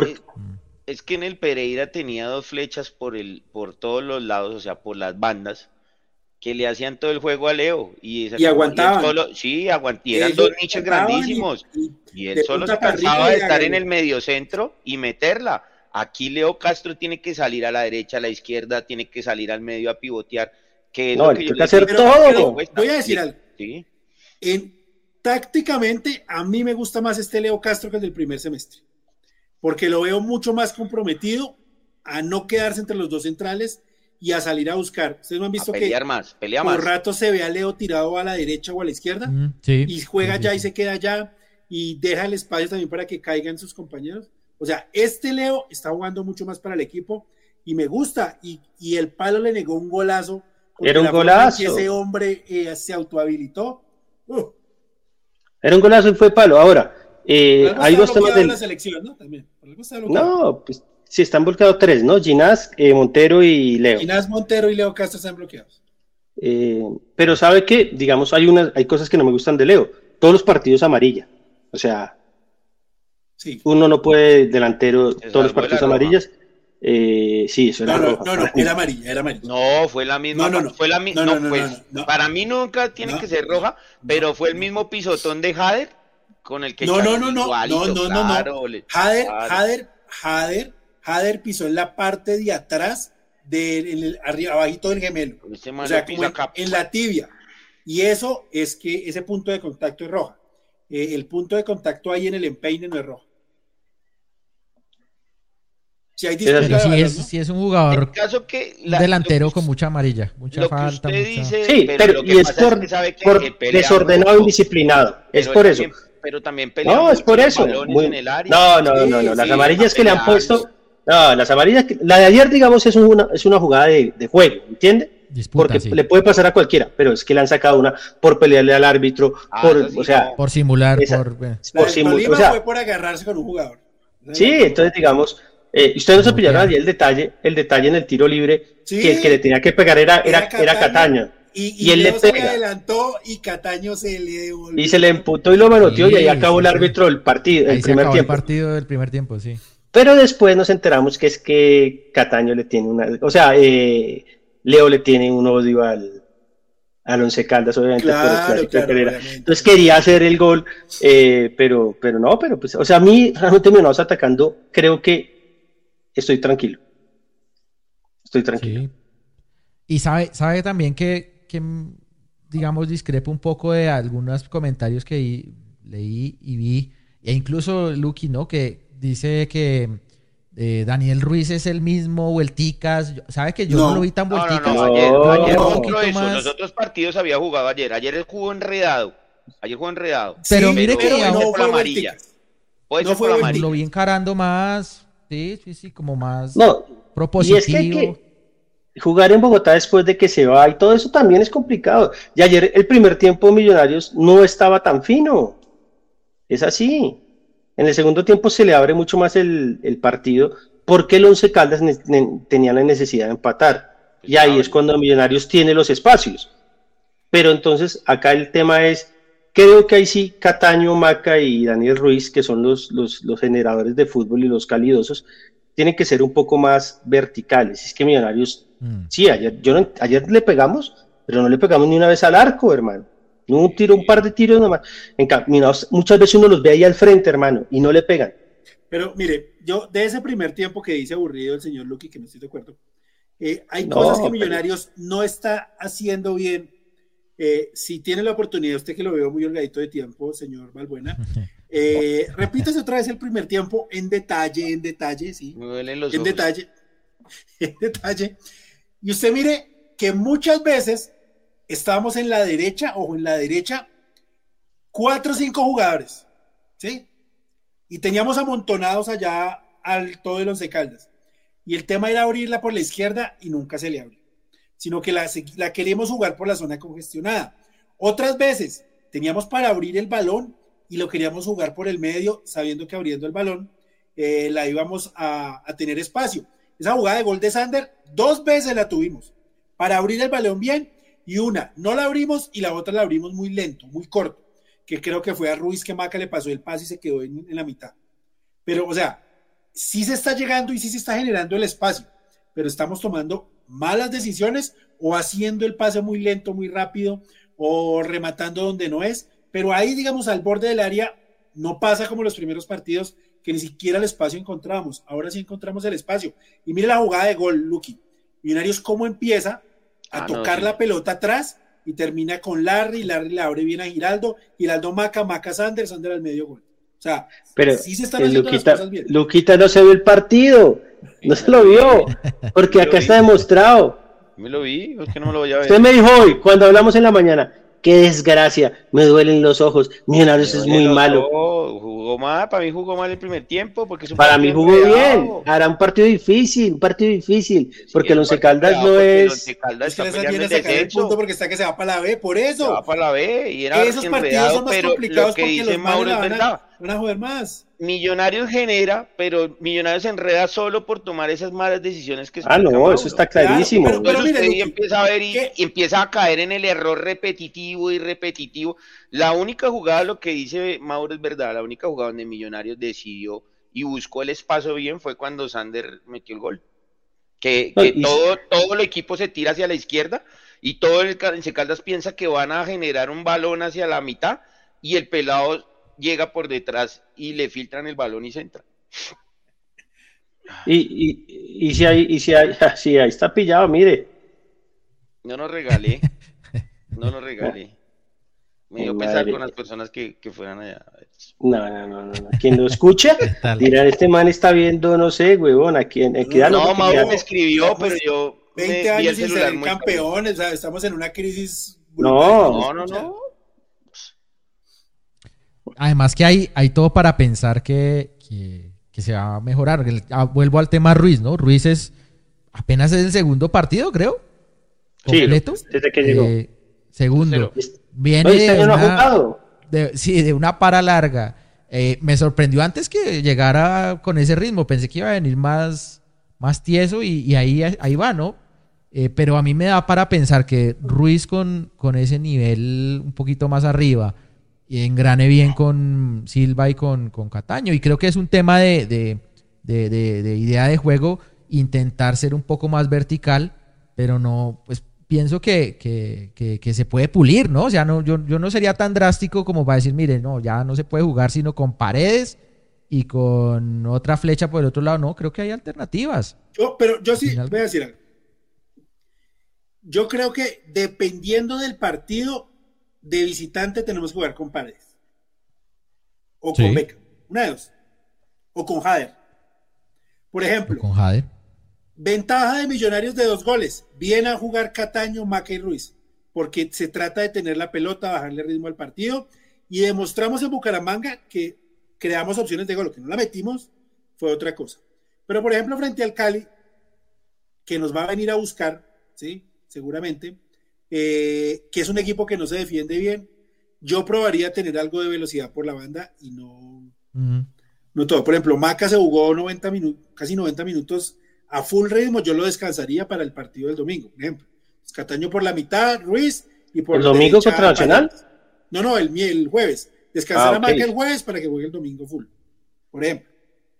D: Es que en el Pereira tenía 2 flechas por todos los lados, o sea, por las bandas, que le hacían todo el juego a Leo. Y
C: aguantaban.
D: Y eran 2 nichos grandísimos. Y él solo se cansaba de estar en el mediocentro y meterla. Aquí Leo Castro tiene que salir a la derecha, a la izquierda, tiene que salir al medio a pivotear. Que es lo que yo
B: que hacer todo.
C: Voy a decir algo. ¿Sí? Tácticamente, a mí me gusta más este Leo Castro que el del primer semestre. Porque lo veo mucho más comprometido a no quedarse entre los 2 centrales y a salir a buscar. Ustedes no han visto
D: pelea
C: por
D: más.
C: Rato se ve a Leo tirado a la derecha o a la izquierda y juega allá y se queda allá y deja el espacio también para que caigan sus compañeros. O sea, este Leo está jugando mucho más para el equipo y me gusta. Y el Palo le negó un golazo.
B: Era un golazo.
C: Y ese hombre se autohabilitó.
B: Era un golazo y fue Palo. Ahora, hay 2 temas de
C: la selección, ¿no? También.
B: No, pues sí están bloqueados 3, ¿no? Ginás, Montero y Leo.
C: Ginás, Montero y Leo Castro están bloqueados.
B: Pero sabe que, digamos, hay cosas que no me gustan de Leo. Todos los partidos amarilla. O sea, uno no puede delantero todos los partidos amarillas. Sí, eso era roja.
C: No, era amarilla.
D: No, fue la misma. Para mí nunca tiene que ser roja, pero fue el mismo pisotón de Jader con el que
C: No. Jader pisó en la parte de atrás abajito del gemelo. O sea, como en la tibia. Y eso es que ese punto de contacto es roja. El punto de contacto ahí en el empeine no es roja. Si hay
B: Pero
C: disputa de
A: Pero
C: balón, ¿no?
A: sí es un
D: En
A: jugador
D: caso que
A: un delantero
D: lo que,
A: con mucha amarilla, mucha
D: lo que
A: falta,
D: usted
A: mucha...
D: dice,
B: Sí,
D: pero
B: pero
D: lo
B: y
D: que
B: es
D: pasa es que sabe que
B: por
D: pelea
B: desordenado e
D: mucho,
B: indisciplinado. Es
D: pero
B: por eso.
D: pero también pelea
B: No, es
D: mucho
B: por
D: los
B: eso.
D: balones en el área.
B: No, no, no,
C: Sí,
B: no. Las
C: sí,
B: amarillas que le han
D: peleando.
B: puesto. No, las amarillas. La de ayer, digamos, es una jugada de juego, ¿entiende?
A: Disputa,
B: Porque
A: sí.
B: le puede pasar a cualquiera, pero es que le han sacado una por pelearle al árbitro,
D: Eso sí,
B: o sea,
D: no.
A: Por simular,
B: esa-
A: bueno,
C: La del
B: o
C: Tolima
B: sea,
C: fue por agarrarse con un jugador.
B: sí, entonces digamos, ustedes no se pillaron
A: sabotear.
B: allí el detalle en el tiro libre,
C: Sí,
B: que el que le tenía que pegar era Cataño, y
C: Y
B: él le
C: Leo se le
B: pega,
C: adelantó y Cataño se le devolvió.
B: y se le emputó y lo manoteó, y ahí
A: Sí,
B: acabó
A: sí,
B: el
A: sí.
B: árbitro del partido,
A: Ahí
B: el
A: se
B: primer
A: acabó el
B: tiempo.
A: partido del primer tiempo, sí.
B: Pero después nos enteramos que es que Cataño le tiene Leo le tiene un odio al Once Caldas, obviamente, por el
C: Claro,
B: clásico de
C: claro,
B: Pereira.
C: obviamente.
B: Entonces quería hacer el gol, pero no, pero pues, o sea, a mí realmente Millonarios atacando, creo que estoy tranquilo. Estoy tranquilo.
A: Sí. Y sabe también digamos, discrepo un poco de algunos comentarios que leí y vi, e incluso Lucky, ¿no? Que dice que Daniel Ruiz es el mismo vuelticas. ¿Sabe que yo no
C: No.
A: lo vi tan
D: No,
A: vuelticas?
B: No.
D: ayer
A: Un
D: mostró
A: poquito
D: eso.
A: más.
D: Los otros partidos había jugado ayer. Ayer él jugó enredado. Ayer jugó enredado.
A: Pero
C: Sí,
A: mire que
D: puede ser
C: no
D: por la
C: fue
D: amarilla.
C: vuelticas.
D: Puede
C: No
D: ser por
C: fue
D: la
A: Lo
D: amarilla.
A: vi encarando más, sí, como más
B: No, y
A: propositivo.
B: es que hay que jugar en Bogotá después de que se va y todo eso también es complicado. Y ayer el primer tiempo Millonarios no estaba tan fino. Es así. En el segundo tiempo se le abre mucho más el partido porque el Once Caldas tenía la necesidad de empatar.
D: Pues
B: Y ahí
D: claro,
B: es cuando Millonarios tiene los espacios. Pero entonces acá el tema es, creo que ahí sí Cataño, Maca y Daniel Ruiz, que son los generadores de fútbol y los calidosos, tienen que ser un poco más verticales. Es que Millonarios, sí, ayer le pegamos, pero no le pegamos ni una vez al arco, hermano. No un par de tiros nomás. En cambio, muchas veces uno los ve ahí al frente, hermano, y no le pegan.
C: Pero mire, yo de ese primer tiempo que dice aburrido el señor Lucky, que no estoy de acuerdo, hay
B: No,
C: cosas que
B: pero-
C: Millonarios no está haciendo bien. Si tiene la oportunidad, usted que lo veo muy holgadito de tiempo, señor Valbuena, repítase otra vez el primer tiempo en detalle, sí,
D: me duelen los
C: en
D: ojos.
C: detalle, en detalle. Y usted mire que muchas veces estábamos en la derecha, 4 o 5 jugadores, ¿sí? Y teníamos amontonados allá al todo el Once Caldas. Y el tema era abrirla por la izquierda y nunca se le abrió, sino que la queríamos jugar por la zona congestionada. Otras veces teníamos para abrir el balón y lo queríamos jugar por el medio, sabiendo que abriendo el balón la íbamos a tener espacio. Esa jugada de gol de Sander, 2 veces la tuvimos para abrir el balón bien, y una no la abrimos y la otra la abrimos muy lento, muy corto, que creo que fue a Ruiz que Maca le pasó el pase y se quedó en la mitad. Pero, o sea, sí se está llegando y sí se está generando el espacio, pero estamos tomando malas decisiones o haciendo el pase muy lento, muy rápido, o rematando donde no es, pero ahí, digamos, al borde del área no pasa como los primeros partidos, que ni siquiera el espacio encontramos. Ahora sí encontramos el espacio. Y mire la jugada de gol, Lucky. Millonarios cómo empieza a tocar la pelota atrás y termina con Larry le abre bien a Giraldo Maca Sander al medio gol. O sea,
B: Pero
C: sí se están haciendo las cosas bien.
B: Luquita no se vio el partido, no se lo vio, porque acá está demostrado.
D: Me lo vi, es que no me lo voy a ver.
B: Usted me dijo hoy, cuando hablamos en la mañana, qué desgracia, me duelen los ojos, Millonarios es muy malo.
D: Jugó mal, para mí jugó mal el primer tiempo, porque es un
B: Para mí
D: partido
B: jugó
D: enredado.
B: bien, hará un partido difícil, porque el Once Caldas no
D: porque el
B: es...
D: Once Caldas
C: Es que
D: está
C: les viene
D: peleando
C: a
D: el
C: sacar el
D: descenso.
C: punto porque está que se va para la B, por
D: Se
C: eso.
D: va para la B y era
C: Esos partidos
D: enredado,
C: son más
D: pero
C: complicados
D: lo que
C: porque
D: dice
C: los
D: Mauro
C: malos
D: es verdad.
C: van a joder más.
D: Millonarios genera, pero Millonarios se enreda solo por tomar esas malas decisiones que
B: Ah,
D: explica
B: no,
D: Mauro.
B: eso está clarísimo.
C: Claro, pero
D: Entonces
C: mire,
D: usted
C: Luqui,
D: empieza a ver
C: ¿qué?
D: y empieza a caer en el error repetitivo y repetitivo. La única jugada, lo que dice Mauro es verdad, la única jugada donde Millonarios decidió y buscó el espacio bien fue cuando Sander metió el gol. Que todo el equipo se tira hacia la izquierda y todo el Once Caldas piensa que van a generar un balón hacia la mitad y el pelado llega por detrás y le filtran el balón y se entra.
B: Y si hay, sí, ahí está pillado, mire.
D: No nos regalé. Me dio pesar con las personas que fueran allá.
B: No. Quien lo escucha
A: Tal.
B: dirá, este man está viendo, no sé, huevón, a quién
D: No, Mauro me escribió, pero yo
C: 20
D: vi el
C: años sin
D: celular
C: ser
D: muy
C: campeones, o sea, estamos en una crisis
B: No.
C: brutal.
D: No.
A: Además que hay todo para pensar que se va a mejorar. Vuelvo al tema Ruiz, ¿no? Ruiz apenas es el segundo partido, creo. Completo.
B: Sí, desde que llegó.
A: Segundo. Viene
B: No, este año no ha jugado.
A: de una para larga. Me sorprendió antes que llegara con ese ritmo. Pensé que iba a venir más tieso y ahí va, ¿no? Pero a mí me da para pensar que Ruiz con ese nivel un poquito más arriba y engrane bien con Silva y con Cataño. Y creo que es un tema de idea de juego, intentar ser un poco más vertical, pero no, pues pienso que se puede pulir, ¿no? O sea, no, yo no sería tan drástico como para decir, mire, no, ya no se puede jugar sino con Paredes y con otra flecha por el otro lado. No, creo que hay alternativas.
C: Pero yo sí,
A: Final.
C: voy a decir algo. Yo creo que dependiendo del partido de visitante tenemos que jugar con Paredes. O con Beca. Una de dos. O con Jader. Por ejemplo,
A: con Jader.
C: Ventaja de Millonarios de 2 goles. Viene a jugar Cataño, Maca y Ruiz. Porque se trata de tener la pelota, bajarle ritmo al partido. Y demostramos en Bucaramanga que creamos opciones de gol. Lo que no la metimos fue otra cosa. Pero, por ejemplo, frente al Cali, que nos va a venir a buscar, ¿sí? Seguramente, que es un equipo que no se defiende bien, yo probaría tener algo de velocidad por la banda y no todo. Por ejemplo, Maca se jugó 90 minutos, casi 90 minutos a full ritmo, yo lo descansaría para el partido del domingo, por ejemplo. Cataño por la mitad, Ruiz, y por
B: ¿El domingo contra Nacional?
C: No, el jueves. Descansar a Maca el jueves para que juegue el domingo full, por ejemplo.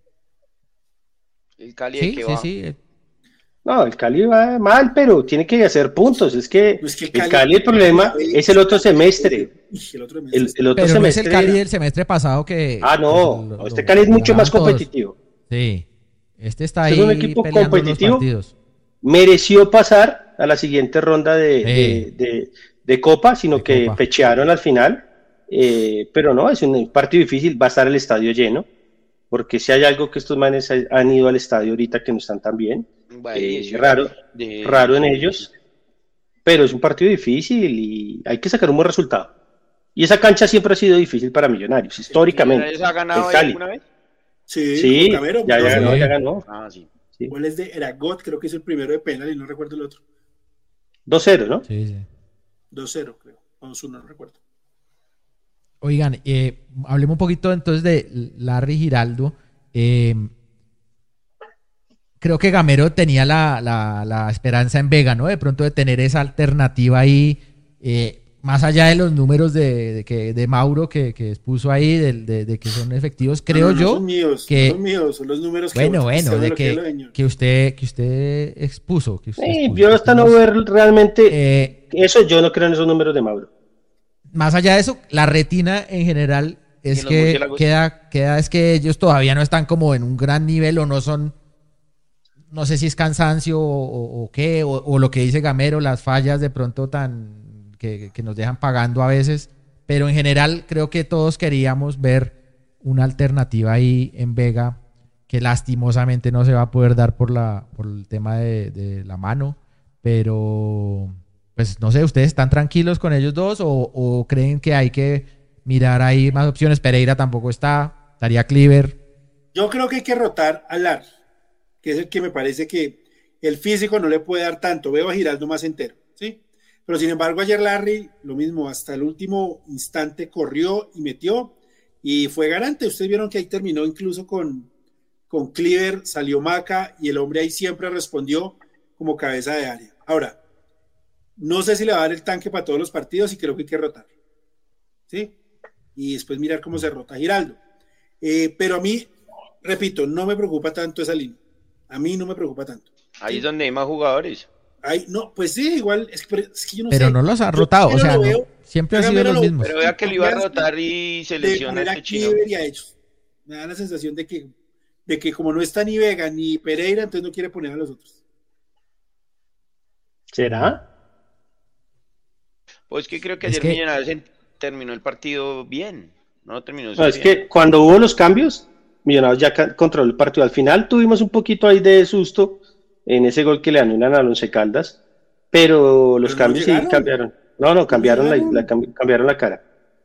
D: El Cali de que va.
A: Sí.
B: No, el Cali va mal, pero tiene que hacer puntos. Es que el Cali el problema es el otro semestre. El otro
A: pero
B: semestre.
A: No es el Cali del semestre pasado que...
B: no. Este Cali es mucho más competitivo.
A: Sí. Este está ahí.
B: Es un equipo competitivo.
A: Los partidos.
B: Mereció pasar a la siguiente ronda de Copa, sino que Copa. Pechearon al final. Pero no, es un partido difícil. Va a estar el estadio lleno. Porque si hay algo que estos manes han ido al estadio ahorita que no están tan bien. Raro en ellos, pero es un partido difícil y hay que sacar un buen resultado. Y esa cancha siempre ha sido difícil para Millonarios, históricamente.
D: ¿Millonarios ha ganado alguna vez?
B: Sí, ya ganó.
D: Sí.
C: Goles de Eragot, creo que es el primero de penal y no recuerdo el otro.
B: 2-0, ¿no?
A: Sí.
C: 2-0, creo. 2-1, no recuerdo.
A: Oigan, hablemos un poquito entonces de Larry Giraldo. Creo que Gamero tenía la esperanza en Vega, ¿no? De pronto de tener esa alternativa ahí, más allá de los números de Mauro que expuso ahí, de que son efectivos, creo yo.
C: Son míos,
A: que,
C: son míos, son los números
A: que usted expuso.
B: Yo hasta no ver realmente eso, yo no creo en esos números de Mauro.
A: Más allá de eso, la retina en general es que queda es que ellos todavía no están como en un gran nivel o no son. No sé si es cansancio o qué, o lo que dice Gamero, las fallas de pronto tan que nos dejan pagando a veces, pero en general creo que todos queríamos ver una alternativa ahí en Vega, que lastimosamente no se va a poder dar por el tema de la mano, pero pues no sé, ¿ustedes están tranquilos con ellos dos o creen que hay que mirar ahí más opciones? Pereira tampoco estaría Cliver.
C: Yo creo que hay que rotar a Lar, que es el que me parece que el físico no le puede dar tanto. Veo a Giraldo más entero, ¿sí? Pero sin embargo ayer Larry, lo mismo, hasta el último instante corrió y metió y fue garante. Ustedes vieron que ahí terminó incluso con Cliver, salió Maca y el hombre ahí siempre respondió como cabeza de área. Ahora, no sé si le va a dar el tanque para todos los partidos y creo que hay que rotar, ¿sí? Y después mirar cómo se rota Giraldo. Pero a mí, repito, no me preocupa tanto esa línea. A mí no me preocupa tanto.
D: Ahí es donde hay más jugadores.
C: No, pues sí, igual, es que yo no sé.
A: Pero no los ha rotado, o sea, siempre han sido los mismos.
D: Pero vea que lo iba a rotar y se lesiona este chino.
C: Y a ellos. Me da la sensación de que como no está ni Vega ni Pereira, entonces no quiere poner a los otros.
B: ¿Será?
D: Pues que creo que ayer Millonarios terminó el partido bien. No lo terminó
B: No, es
D: bien.
B: que cuando hubo los cambios, Millonarios ya controló el partido. Al final tuvimos un poquito ahí de susto en ese gol que le anulan a Once Caldas, pero los
C: Pero no
B: cambios sí
C: llegaron.
B: cambiaron. No, cambiaron
C: llegaron.
B: cambiaron la cara.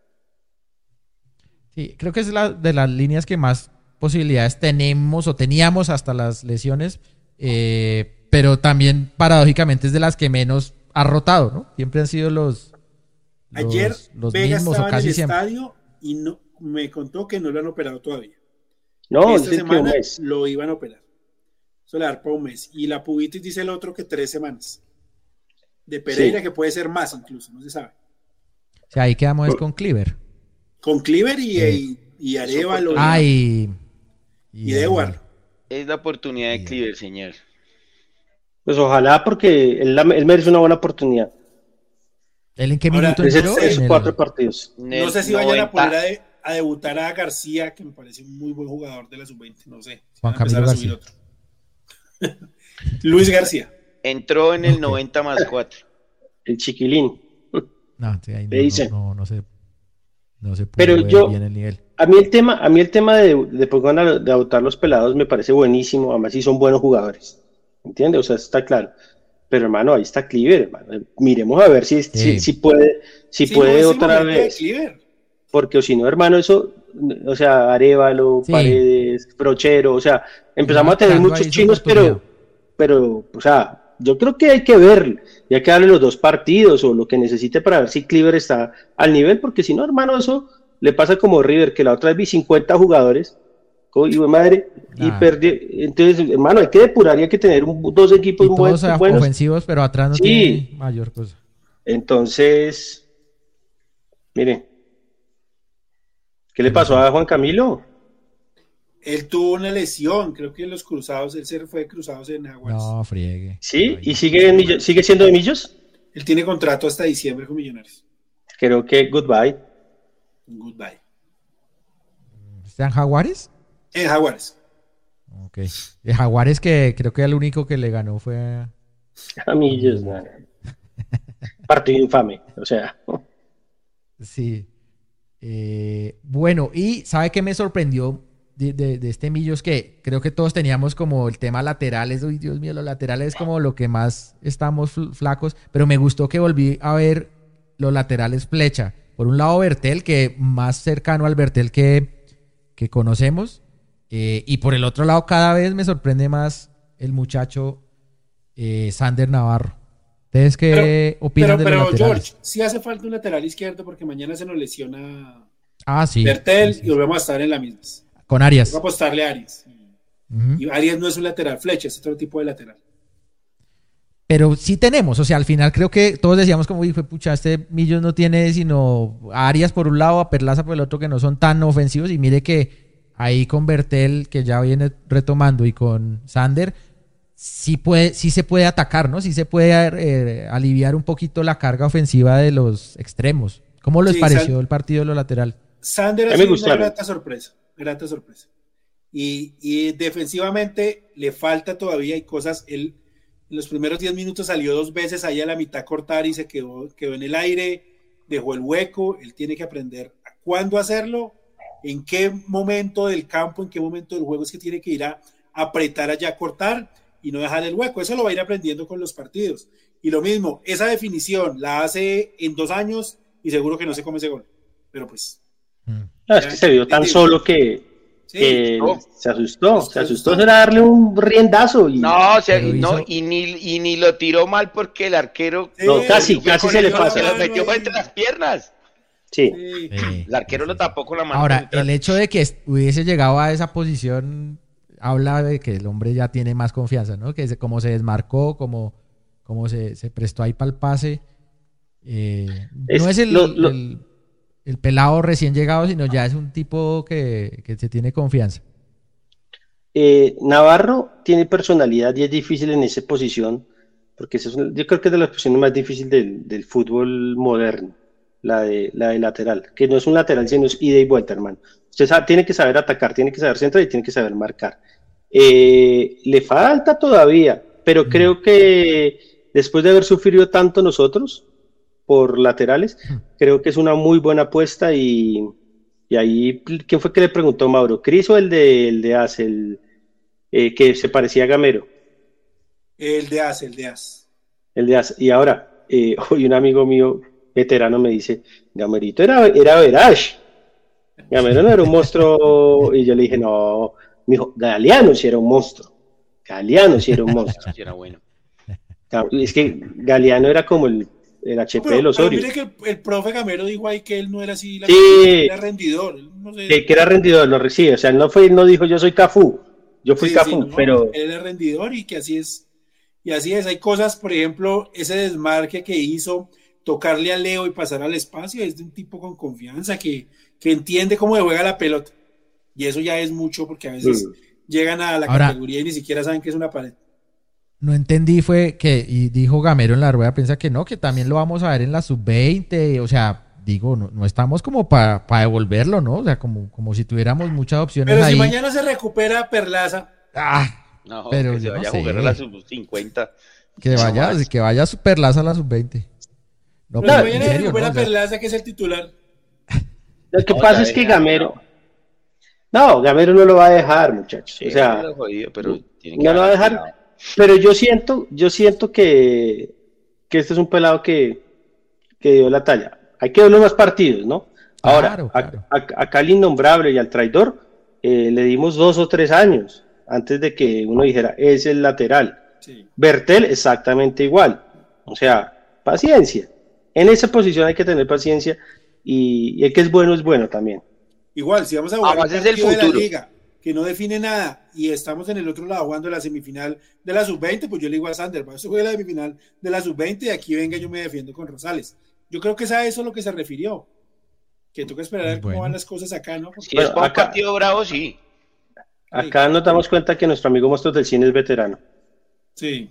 A: Sí, creo que es la de las líneas que más posibilidades tenemos o teníamos hasta las lesiones, pero también paradójicamente es de las que menos ha rotado, ¿no? Siempre han sido los
C: Vega
A: mismos
C: estaba
A: o
C: en el
A: casi siempre.
C: estadio y no, me contó que no lo han operado todavía.
B: No,
C: Esta
B: dice que un
C: semana
B: mes.
C: lo iban a operar. Eso le va a dar para un mes. Y la pubitis dice el otro que 3 semanas. De Pereira,
B: Sí.
C: que puede ser más incluso, no se sabe.
A: O sea, ahí quedamos es con Cleaver.
C: Con Cleaver y Arevalo
A: Y
C: Dewar.
D: Es la oportunidad de Cleaver, señor.
B: Pues ojalá, porque él merece una buena oportunidad.
A: ¿Él en qué
C: Ahora,
A: minuto
B: Ese
A: entró?
B: esos
A: En el-
B: 4 partidos.
C: No sé si vayan a poner a debutar a García, que me parece un muy buen jugador de la sub-20. No sé. Si
A: Juan
C: van a empezar
A: Camilo
C: a subir otro. Luis García.
D: Entró en el
A: Ok.
D: 90 más 4.
B: El chiquilín.
A: No, sí, ahí
B: Le dicen.
A: no se pudo
B: Pero
A: ver
B: yo,
A: bien el nivel.
B: a mí el tema de pongan de adoptar los pelados me parece buenísimo, además sí son buenos jugadores, ¿entiendes? O sea, está claro. Pero hermano, ahí está Cleaver, hermano. Miremos a ver si puede,
C: Sí,
B: puede
C: no, es el
B: otra
C: momento de
B: vez.
C: Cleaver.
B: Porque o si no, hermano, eso, o sea, Arévalo,
A: Sí.
B: Paredes, Brochero, o sea, empezamos a tener
A: Esperando
B: muchos
A: ahí su
B: chinos,
A: oportunidad.
B: pero, o sea, yo creo que hay que ver, y hay que darle los 2 partidos o lo que necesite para ver si Cleaver está al nivel, porque si no, hermano, eso le pasa como River, que la otra vez vi 50 jugadores, y madre, y
A: Ah.
B: perdió. Entonces, hermano, hay que depurar y hay que tener 2 equipos
A: Y todos
B: buenos.
A: ofensivos, pero atrás no
B: Sí.
A: tiene mayor cosa.
B: Entonces, miren, ¿qué le pasó a Juan Camilo?
C: Él tuvo una lesión, creo que en los cruzados, él se fue de cruzados en Jaguares.
A: No, friegue.
B: Sí,
A: Ay,
B: y sigue siendo de Millos.
C: Él tiene contrato hasta diciembre con Millonarios.
B: Creo que goodbye.
C: Goodbye.
A: ¿Están Jaguares?
C: En Jaguares.
A: Ok. De Jaguares que creo que el único que le ganó fue
B: A Millos, nada. Partido infame, o sea.
A: Sí. Bueno, y ¿sabe qué me sorprendió de este Millos? Que creo que todos teníamos como el tema laterales. Uy, Dios mío, los laterales es como lo que más estamos flacos. Pero me gustó que volví a ver los laterales flecha. Por un lado, Bertel, que más cercano al Bertel que conocemos. Y por el otro lado, cada vez me sorprende más el muchacho Sander Navarro. ¿Ustedes qué opinan de los
C: Pero
A: laterales?
C: George, sí hace falta un lateral izquierdo porque mañana se nos lesiona
A: Ah, sí.
C: Bertel
A: Sí, sí,
C: y volvemos a estar en la misma.
A: con Arias.
C: Voy a apostarle a Arias.
A: Ujú.
C: Y Arias no es un lateral flecha, es otro tipo de lateral.
A: Pero sí tenemos, o sea, al final creo que todos decíamos como, uy, pucha, este Millos no tiene sino a Arias por un lado, a Perlaza por el otro, que no son tan ofensivos, y mire que ahí con Bertel, que ya viene retomando, y con Sander, sí se puede atacar, ¿no? Sí se puede aliviar un poquito la carga ofensiva de los extremos. ¿Cómo les
C: Sí,
A: pareció el partido de los laterales?
C: Sander
B: A
C: ha
B: mí me
C: sido una
B: gustaron.
C: grata sorpresa. Y defensivamente le falta todavía, hay cosas, él en los primeros 10 minutos salió 2 veces ahí a la mitad a cortar y se quedó en el aire, dejó el hueco, él tiene que aprender a cuándo hacerlo, en qué momento del campo, en qué momento del juego es que tiene que ir a apretar allá a cortar y no dejar el hueco, eso lo va a ir aprendiendo con los partidos. Y lo mismo, esa definición la hace en 2 años y seguro que no se come ese gol, pero pues...
B: No, es que se vio tan solo que
D: no.
B: se asustó, era darle un riendazo. Y,
D: No, o sea,
A: Pero
D: no
A: hizo-
D: y ni lo tiró mal porque el arquero
B: no, casi
D: fue con
B: se le
D: el-
B: pasa.
D: se lo metió entre las piernas.
B: Sí.
C: Sí.
D: El arquero lo tapó con la mano.
A: Ahora,
D: por detrás.
A: el hecho de que hubiese llegado a esa posición habla de que el hombre ya tiene más confianza, ¿no? Que como se desmarcó, como se prestó ahí para el pase. No es el pelado recién llegado, sino ya es un tipo que se tiene confianza.
B: Navarro tiene personalidad y es difícil en esa posición, porque yo creo que es de las posiciones más difíciles del fútbol moderno, la de lateral, que no es un lateral, sino es ida y vuelta, hermano. Usted tiene que saber atacar, tiene que saber centrar y tiene que saber marcar. Le falta todavía, pero creo que después de haber sufrido tanto nosotros, por laterales. Creo que es una muy buena apuesta y ahí, ¿quién fue que le preguntó, Mauro? ¿Cris o el de AS, que se parecía a Gamero?
C: El de AS.
B: El de AS. Y ahora, hoy un amigo mío veterano me dice, Gamerito era Verage. Gamero no era un monstruo. Y yo le dije, no, me dijo, Galeano sí era un monstruo. Galeano sí era un monstruo.
D: Sí, era bueno.
B: Es que Galeano era como el HP de los Osorio.
C: Mire que el profe Gamero dijo ahí que él no era así,
B: era
C: rendidor. No sé.
B: Que era rendidor, lo recibe. O sea, él no dijo yo soy Cafú. Yo fui Cafú,
C: no,
B: pero...
C: Él era rendidor y que así es. Y así es. Hay cosas, por ejemplo, ese desmarque que hizo, tocarle a Leo y pasar al espacio, es de un tipo con confianza que entiende cómo se juega la pelota. Y eso ya es mucho porque a veces llegan a la categoría y ni siquiera saben que es una pared.
A: No entendí, y dijo Gamero en la rueda de prensa que no, que también lo vamos a ver en la sub-20, o sea, digo, no estamos como para devolverlo, ¿no? O sea, como si tuviéramos muchas opciones
C: pero
A: ahí.
C: Pero si mañana se recupera Perlaza.
D: No,
A: pero
D: que se vaya a jugar a la sub-50.
A: Que vaya a Perlaza a la sub-20.
C: No, pero si mañana se recupera Perlaza, que es el titular.
B: Lo que pasa es que Gamero... No, Gamero no lo va a dejar, muchachos.
D: Sí,
B: o sea,
D: pero
B: no lo va a dejar. Cuidado. Pero yo siento que este es un pelado que dio la talla. Hay que ver los más partidos, ¿no? Ahora, claro. Acá al innombrable y al traidor le dimos 2 o 3 años antes de que uno dijera, es el lateral. Sí. Bertel exactamente igual. O sea, paciencia. En esa posición hay que tener paciencia y el que es bueno también.
C: Igual, si vamos a jugar un partido de la liga que no define nada y estamos en el otro lado jugando la semifinal de la sub-20, pues yo le digo a Sander, va a jugar la semifinal de la sub-20 y aquí venga yo me defiendo con Rosales. Yo creo que es a eso a lo que se refirió. Que toca esperar a ver cómo van las cosas acá, ¿no?
D: Porque si es para un partido bravo, sí.
B: Acá nos damos cuenta que nuestro amigo Monstruos del Cine es veterano.
C: Sí.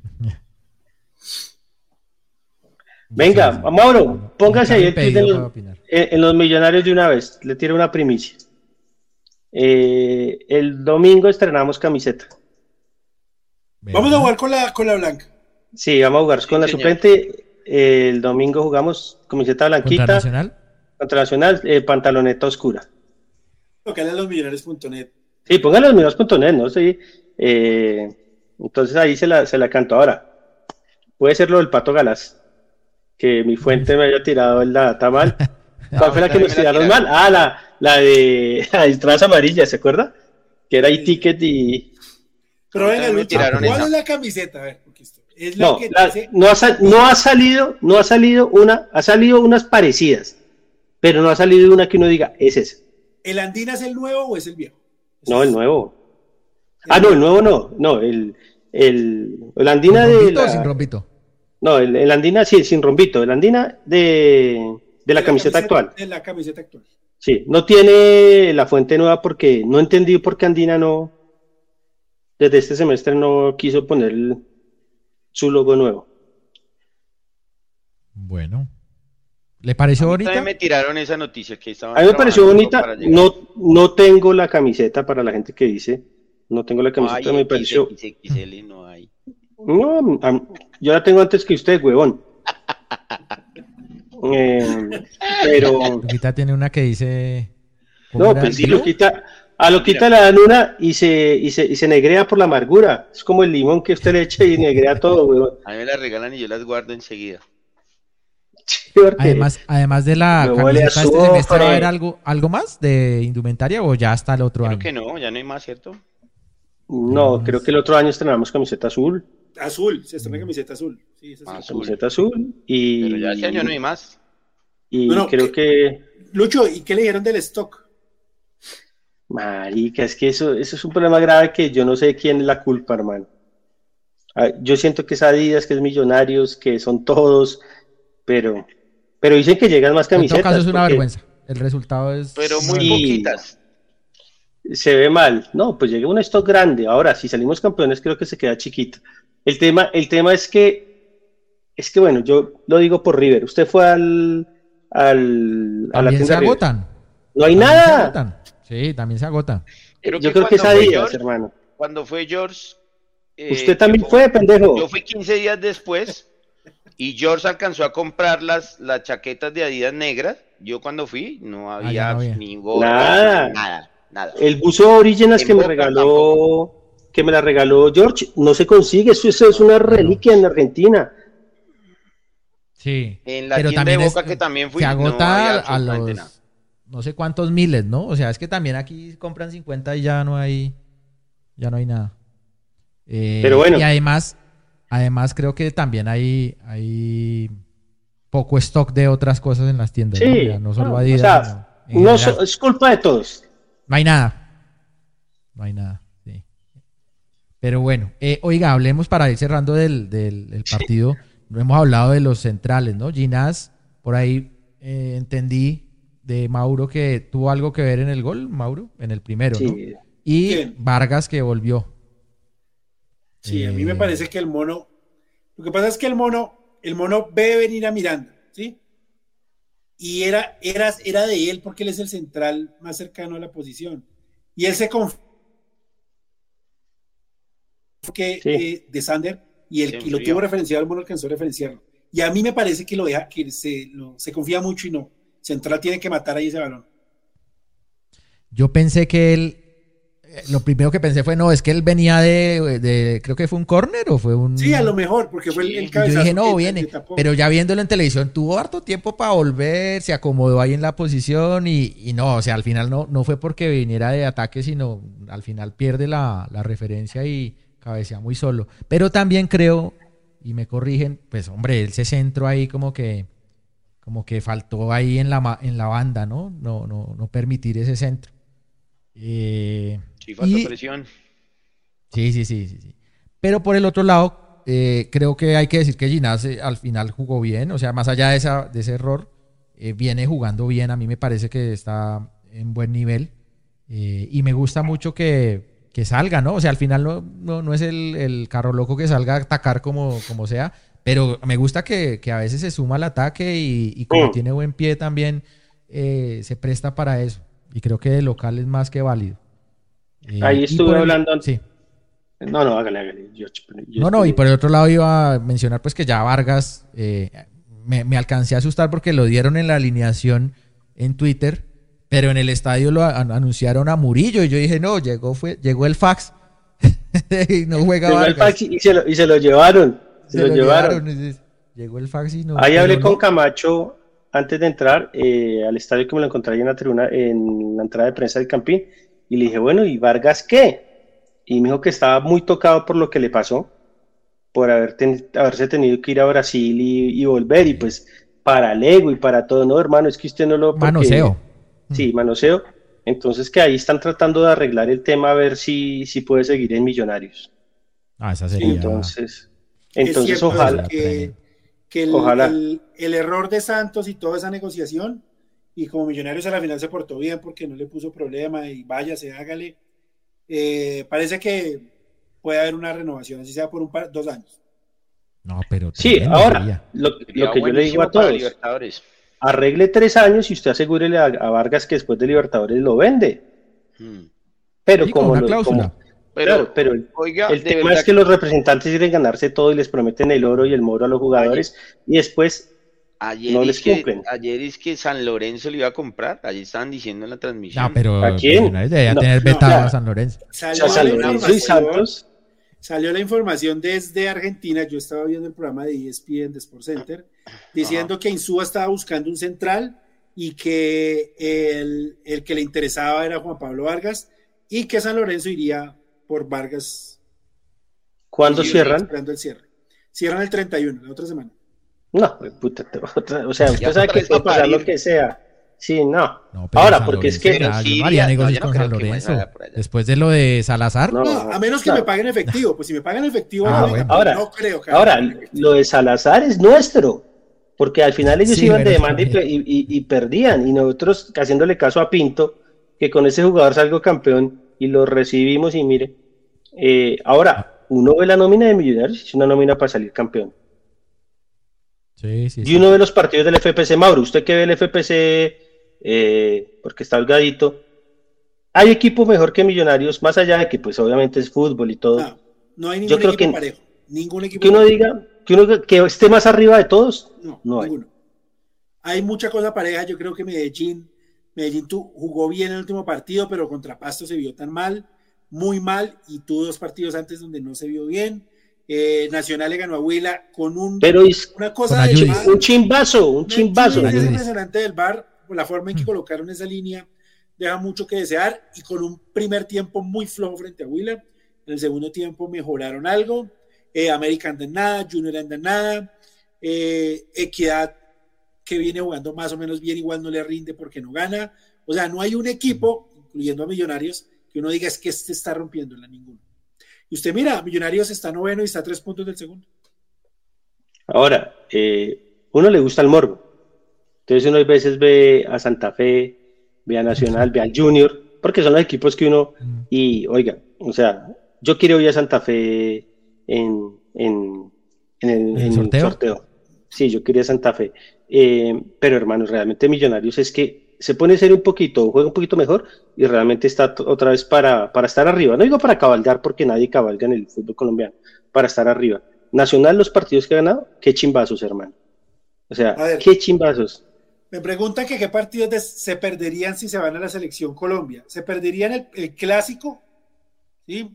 B: Venga, Mauro, póngase ahí el tweet en los millonarios de una vez. Le tiro una primicia. El domingo estrenamos camiseta.
C: Vamos a jugar con la blanca.
B: Sí, vamos a jugar con la suplente. El domingo jugamos camiseta blanquita. ¿Contra Nacional? Pantaloneta oscura.
C: Póngale a losmillonarios.net.
B: Sí, póngale a losmillonarios.net, ¿no? Sí. Entonces ahí se la canto. Ahora, puede ser lo del Pato Galás. Que mi fuente me haya tirado la data mal. ¿Cuál fue la que nos tiraron mal? La de entradas amarillas, ¿se acuerda? Que era ticket y...
C: Pero venga, Lucho, ¿cuál es la camiseta? A ver, porque es
B: no, ha salido una, ha salido unas parecidas, pero no ha salido una que uno diga, es esa.
C: ¿El Andina es el nuevo o es el viejo?
B: No, el nuevo. No, el nuevo no, el Andina de la...
A: sin rompito.
B: No, el Andina sí, sin rompito, el Andina de la camiseta actual.
C: De la camiseta actual.
B: Sí, no tiene la fuente nueva porque no entendí por qué Andina no, desde este semestre no quiso poner su logo nuevo.
A: Bueno, ¿le pareció bonita?
D: También me tiraron esa noticia que estaban.
B: A mí me pareció bonita, no tengo la camiseta para la gente que dice, no tengo la camiseta, me pareció...
D: XXL no hay.
B: No, yo la tengo antes que usted, huevón. Pero...
A: Loquita tiene una que dice...
B: No, pues sí, a Loquita le dan una y se negrea por la amargura. Es como el limón que usted le echa y negrea todo, huevón.
D: A mí me la regalan y yo las guardo enseguida.
A: Además de la camiseta este semestre, ¿va a haber algo más de indumentaria o ya hasta el otro año?
D: Creo que no, ya no hay más, ¿cierto?
B: No, creo que el otro año estrenamos camiseta azul.
C: Se estrena camiseta azul. Sí, esa es
B: camiseta azul.
D: Pero ya este año no hay más.
B: Y creo que...
C: Lucho, ¿y qué le dijeron del stock?
B: Marica, es que eso es un problema grave que yo no sé quién es la culpa, hermano. Yo siento que es Adidas, que es Millonarios, que son todos, pero dicen que llegan más camisetas.
A: En todo caso es una vergüenza. El resultado es...
D: Pero muy poquitas.
B: Se ve mal. No, pues llega un stock grande. Ahora, si salimos campeones, creo que se queda chiquito. El tema es que bueno, yo lo digo por River. Usted fue a la
A: tienda se agotan.
B: No hay nada.
A: Sí, también se agota.
B: Yo creo que es Adidas, hermano.
D: Cuando fue George...
B: Usted también fue, pendejo.
D: Yo fui 15 días después Y George alcanzó a comprar las chaquetas de Adidas negras. Yo cuando fui no
A: ya
D: había
A: no había.
D: ni gorra, nada.
B: El buzo Originals
D: En
B: que me
D: Boca
B: la regaló George, no se consigue, eso es una reliquia en Argentina.
A: Sí.
D: En la
A: Pero
D: tienda de
A: también
D: Boca que también fui,
A: se
D: no
A: agota
D: había
A: a
D: absolutamente
A: los
D: nada.
A: no sé cuántos miles, ¿no? O sea, es que también aquí compran 50 y ya no hay nada.
B: Pero bueno.
A: Y además creo que también hay poco stock de otras cosas en las tiendas, ¿no?
B: Sí,
A: Ya no solo
B: o
A: Adidas,
B: sea,
A: sino en general.
B: es culpa de todos.
A: No hay nada, sí. Pero bueno, oiga, hablemos para ir cerrando del partido. No hemos hablado de los centrales, ¿no? Ginás, por ahí entendí de Mauro que tuvo algo que ver en el gol, Mauro, en el primero, ¿no?
B: Sí.
A: Y
C: ¿Quién?
A: Vargas que volvió.
C: Sí, a mí me parece que el mono, lo que pasa es que el mono ve venir a Miranda, ¿sí? Y era de él porque él es el central más cercano a la posición. Y él se confió de Sander y lo tuvo referenciado, el mono alcanzó a referenciarlo. Y a mí me parece que se confía mucho y no. Central tiene que matar ahí ese balón.
A: Yo pensé que él, lo primero que pensé fue, no, es que él venía de creo que fue un córner o fue un...
C: Sí, a lo mejor, porque fue el cabezazo.
A: Yo dije, no, viene, pero ya viéndolo en televisión, tuvo harto tiempo para volver, se acomodó ahí en la posición y no, o sea, al final no fue porque viniera de ataque, sino al final pierde la referencia y cabecea muy solo. Pero también creo, y me corrigen, pues hombre, él se centró ahí como que faltó ahí en la banda, ¿no? No permitir ese centro.
D: Sí, falta presión.
A: Sí. Pero por el otro lado, creo que hay que decir que Ginás al final jugó bien, o sea, más allá de ese error, viene jugando bien, a mí me parece que está en buen nivel y me gusta mucho que salga, ¿no? O sea, al final no es el carro loco que salga a atacar como sea, pero me gusta que a veces se suma al ataque y como tiene buen pie también, se presta para eso. Y creo que de local es más que válido.
B: Ahí estuve hablando.
A: Sí.
B: No, hágale.
A: Y por el otro lado iba a mencionar pues que ya Vargas, me alcancé a asustar porque lo dieron en la alineación en Twitter, pero en el estadio lo anunciaron a Murillo y yo dije, no, llegó el fax y no juega
B: llegó
A: Vargas.
B: El fax y se lo llevaron. Se lo llevaron.
A: Llegó el fax y no.
B: Ahí hablé con Camacho antes de entrar al estadio, que me lo encontré ahí en la tribuna, en la entrada de prensa del Campín, y le dije, bueno, ¿y Vargas qué? Y me dijo que estaba muy tocado por lo que le pasó, por haberse tenido que ir a Brasil y volver, y pues para el ego y para todo, no, hermano, es que usted no lo...
A: Manoseo.
B: Sí, manoseo. Entonces que ahí están tratando de arreglar el tema, a ver si puede seguir en Millonarios.
A: Esa sería...
B: Entonces
C: cierto,
B: ojalá.
C: Ojalá. El error de Santos y toda esa negociación, y como Millonarios a la final se portó bien porque no le puso problema y váyase, hágale, parece que puede haber una renovación, así sea por 2 años.
A: No, pero
B: sí, ahora, lo que yo le digo a todos, arregle 3 años y usted asegúrele a Vargas que después de Libertadores lo vende. Pero como
A: una cláusula.
B: Pero oiga, el tema es que los representantes quieren ganarse todo y les prometen el oro y el moro a los jugadores y después no les cumplen.
D: Ayer es que San Lorenzo le iba a comprar, ayer estaban diciendo en la transmisión.
A: No, pero
B: ¿a quién?
A: Debería tener vetado a San Lorenzo.
B: San Lorenzo y Santos.
C: Salió la información desde Argentina, yo estaba viendo el programa de ESPN de Sport Center, diciendo que Insúa estaba buscando un central y que el que le interesaba era Juan Pablo Vargas y que San Lorenzo iría por Vargas.
B: ¿Cuándo cierran?
C: Esperando el cierre. Cierran el 31, la otra semana.
B: No, puta, o sea, usted sabe que puede pasar lo que sea. Sí, no.
A: Ahora, porque es que... Yo no haría negocios con San Lorenzo. Después de lo de Salazar.
C: No, a menos que me paguen efectivo. Pues si me pagan efectivo, no creo que...
B: Ahora, lo de Salazar es nuestro. Porque al final ellos iban de demanda y perdían. Y nosotros haciéndole caso a Pinto, que con ese jugador salgo campeón y lo recibimos y mire. Ahora, uno ve la nómina de Millonarios, es una nómina para salir campeón.
A: Sí.
B: Y uno ve los partidos del FPC, Mauro, usted que ve el FPC, porque está holgadito, hay equipo mejor que Millonarios, más allá de que pues obviamente es fútbol y todo.
C: No hay ningún equipo parejo. Ningún equipo
B: que uno diga, que esté más arriba de todos, no hay.
C: Ninguno. Hay mucha cosa pareja. Yo creo que Medellín jugó bien el último partido, pero contra Pasto se vio tan mal, muy mal, y tuvo 2 partidos antes donde no se vio bien. Nacional le ganó a Huila con una cosa de
B: un chimbazo.
C: Es impresionante del VAR, por la forma en que colocaron esa línea, deja mucho que desear, y con un primer tiempo muy flojo frente a Huila. En el segundo tiempo mejoraron algo. América anda en nada, Junior anda en nada, Equidad, que viene jugando más o menos bien, igual no le rinde porque no gana. O sea, no hay un equipo, incluyendo a Millonarios, que uno diga es que este está rompiéndola, ninguno. Y usted mira, Millonarios está 9º y está a 3 puntos del segundo.
B: Ahora, uno le gusta el morbo. Entonces uno a veces ve a Santa Fe, ve a Nacional, ve al Junior, porque son los equipos que uno, y oiga, o sea, yo quiero ir a Santa Fe en el sorteo. Sí, yo quería Santa Fe. Pero hermanos, realmente Millonarios es que se pone serio un poquito, juega un poquito mejor y realmente está otra vez para estar arriba. No digo para cabalgar porque nadie cabalga en el fútbol colombiano, para estar arriba. Nacional, los partidos que ha ganado, qué chimbazos, hermano. O sea, qué chimbazos.
C: Me preguntan que qué partidos se perderían si se van a la selección Colombia. Se perderían el clásico, ¿sí?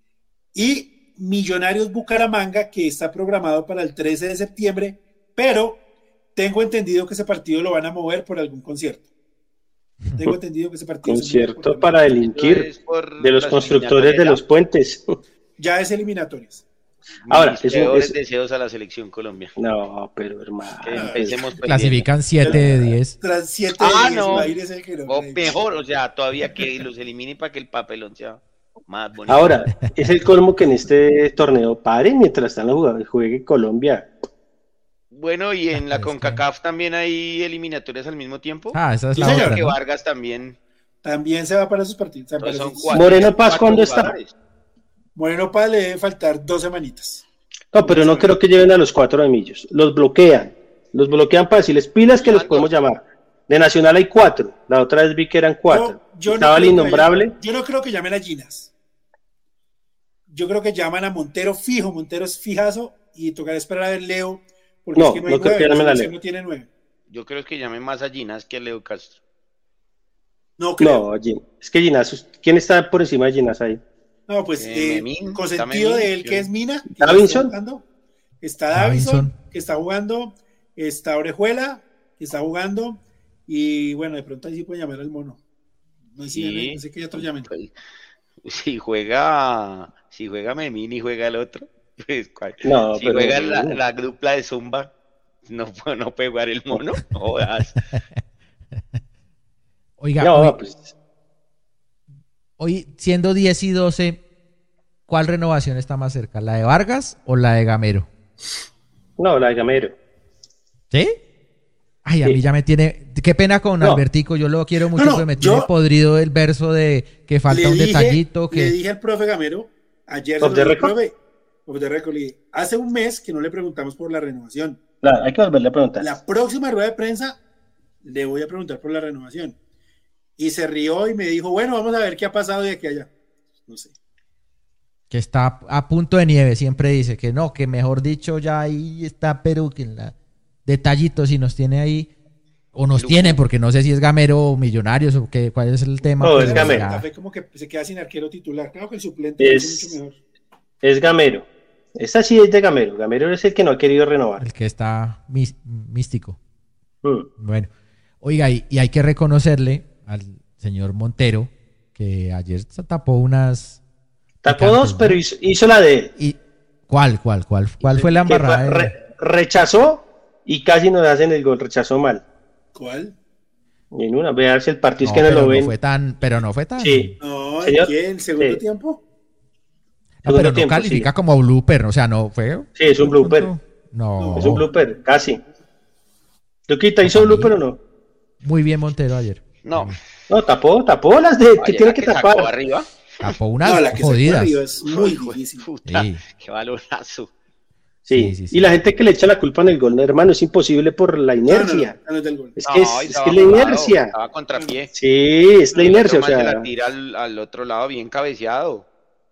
C: Y Millonarios Bucaramanga, que está programado para el 13 de septiembre, pero tengo entendido que ese partido lo van a mover por algún concierto. Tengo entendido que ese partido
B: concierto para delinquir de los constructores de los puentes.
C: Ya es eliminatorias.
D: Ahora, peores deseos a la selección Colombia.
B: No, pero hermano.
A: Clasifican 7 de 10.
C: Tras 7 de 10,
D: no.
C: O
D: mejor, o sea, todavía que los eliminen para que el papelón sea más bonito.
B: Ahora, es el colmo que en este torneo paren mientras están los jugadores, juegue Colombia.
D: Bueno, y en la CONCACAF también hay eliminatorias al mismo tiempo.
A: Esa es la otra,
D: que
A: ¿no?
D: Vargas también
C: se va para esos partidos.
B: Moreno Paz, ¿cuándo está?
C: Moreno Paz le debe faltar 2 semanitas.
B: No, pero no creo que lleguen a los 4 de Millos. Los bloquean para decirles pilas que los podemos llamar. De Nacional hay 4. La otra vez vi que eran 4. Estaba el innombrable.
C: Yo no creo que llamen a Ginas. Yo creo que llaman a Montero fijo. Montero es fijazo y tocará esperar a ver Leo. Porque es que no hay 9, la selección no tiene 9.
D: Yo creo que llamen más a Ginas que a Leo Castro.
C: No creo.
B: No, es que Ginas, ¿quién está por encima de Ginas ahí?
C: No, pues con sentido de él que es Mina.
B: Davinson.
C: Está Davinson, que está jugando. Está Orejuela, que está jugando. Y bueno, de pronto ahí sí puede llamar al mono. No sé qué otro llamen.
D: Si juega Memín y juega el otro. Pues,
B: no,
D: si juega la dupla de Zumba, no puede jugar el mono. No jodas.
A: Oiga, hoy siendo 10 y 12, ¿cuál renovación está más cerca? ¿La de Vargas o la de Gamero?
B: No, la de Gamero.
A: ¿Sí? Ay, a mí ya me tiene... Qué pena con Albertico, yo lo quiero mucho, pero me tiene podrido el verso de que falta un detallito.
C: Le dije al profe Gamero, ayer, hace un mes que no le preguntamos por la renovación.
B: Claro, hay que volverle a preguntar.
C: La próxima rueda de prensa le voy a preguntar por la renovación. Y se rió y me dijo, bueno, vamos a ver qué ha pasado de aquí a allá. No sé.
A: Que está a punto de nieve, siempre dice que no, que mejor dicho ya ahí está, pero que en la detallito si nos tiene ahí, o nos tiene, porque no sé si es Gamero o Millonarios o cuál es el tema.
B: No, es Gamero.
C: Café como que se queda sin arquero titular. Claro que el suplente es mucho mejor.
B: Es Gamero. Esta sí es de Gamero. Gamero es el que no ha querido renovar.
A: El que está místico. Bueno, oiga, y hay que reconocerle al señor Montero que ayer tapó unas...
B: Tapó dos, pero hizo la de él.
A: ¿Y cuál fue la embarrada?
B: Rechazó y casi nos hacen el gol. Rechazó mal.
C: ¿Cuál?
B: En una, vearse el partido, es que no lo ven.
A: Pero no fue tan...
B: Sí.
C: No, ¿el segundo tiempo?
A: No, pero no califica como blooper, o sea, no fue...
B: Sí, es un blooper.
A: No.
B: Es un blooper, casi. ¿Luquita hizo blooper o no?
A: Muy bien Montero ayer.
B: No, tapó las de que tiene que tapar.
D: Arriba.
A: Tapó unas jodidas.
C: Es muy difícil.
D: Puta, qué valorazo.
B: Sí. Y la gente que le echa la culpa en el gol, hermano, es imposible por la inercia.
C: No es del gol.
B: Es que es la inercia.
D: Estaba contrapié.
B: Sí, es la inercia. O sea,
D: la tira al otro lado bien cabeceado.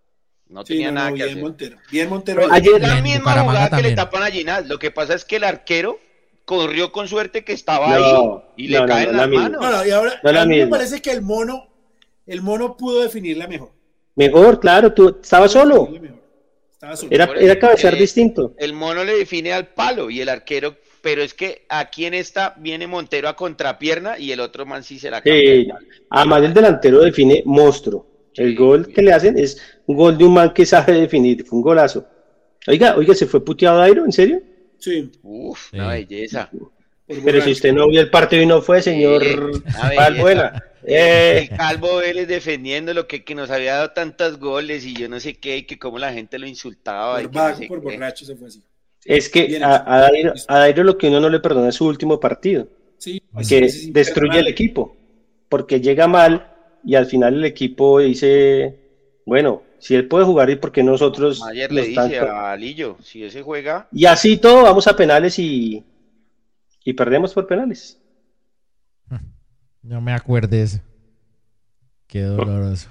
D: No
C: Sí,
D: tenía
C: no,
D: nada
C: no,
D: que
C: bien
D: hacer.
C: Montero. Bien Montero.
D: Pero
C: ahí.
B: ayer-
D: es la
A: En
D: misma
A: Bucaramanga
D: jugada que le
A: también.
D: tapan a Ginás. Lo que pasa es que el arquero corrió con suerte que estaba ahí
B: No,
D: y le
B: no, no,
D: caen
B: no,
D: las
B: la misma.
C: No,
D: manos.
C: no, y ahora,
B: No es
C: a
B: la
C: mí me
B: misma.
C: parece que el mono pudo definirla mejor.
B: Mejor, claro, tú estabas
C: Pudo
B: solo.
C: definirla mejor. Estaba solo.
B: Era cabecear distinto.
D: El mono le define al palo y el arquero, pero es que aquí en esta viene Montero a contrapierna y el otro man sí se la cambia.
B: Sí, además el delantero define monstruo. El
D: Sí,
B: gol que le hacen es un gol de un man que sabe definir. Fue un golazo. Oiga, ¿se fue puteado Dairo? ¿En serio?
C: Sí,
D: Uf,
A: Sí.
D: una belleza.
C: por
B: Pero
C: borracho.
B: si usted no vio el partido y no fue, señor
D: Una
B: Valbuena.
D: El Calvo Vélez defendiendo lo que nos había dado tantos goles y yo no sé qué, y que cómo la gente lo insultaba. Y
C: Por
D: que no
C: vago,
D: sé
C: por
D: qué.
C: borracho se fue así.
B: Es que
C: Bien
B: a
C: hecho.
B: Dairo lo que uno no le perdona es su último partido,
C: Sí,
B: que
C: ese es
B: destruye el
C: imperdonable.
B: equipo, porque llega mal y al final el equipo dice, bueno, si él puede jugar y por qué nosotros
D: Ayer le
B: nos
D: dice
B: tanto.
D: a Lillo, si ese juega,
B: Y así todo, vamos a penales y perdemos por penales.
A: No me acuerdes. Qué doloroso.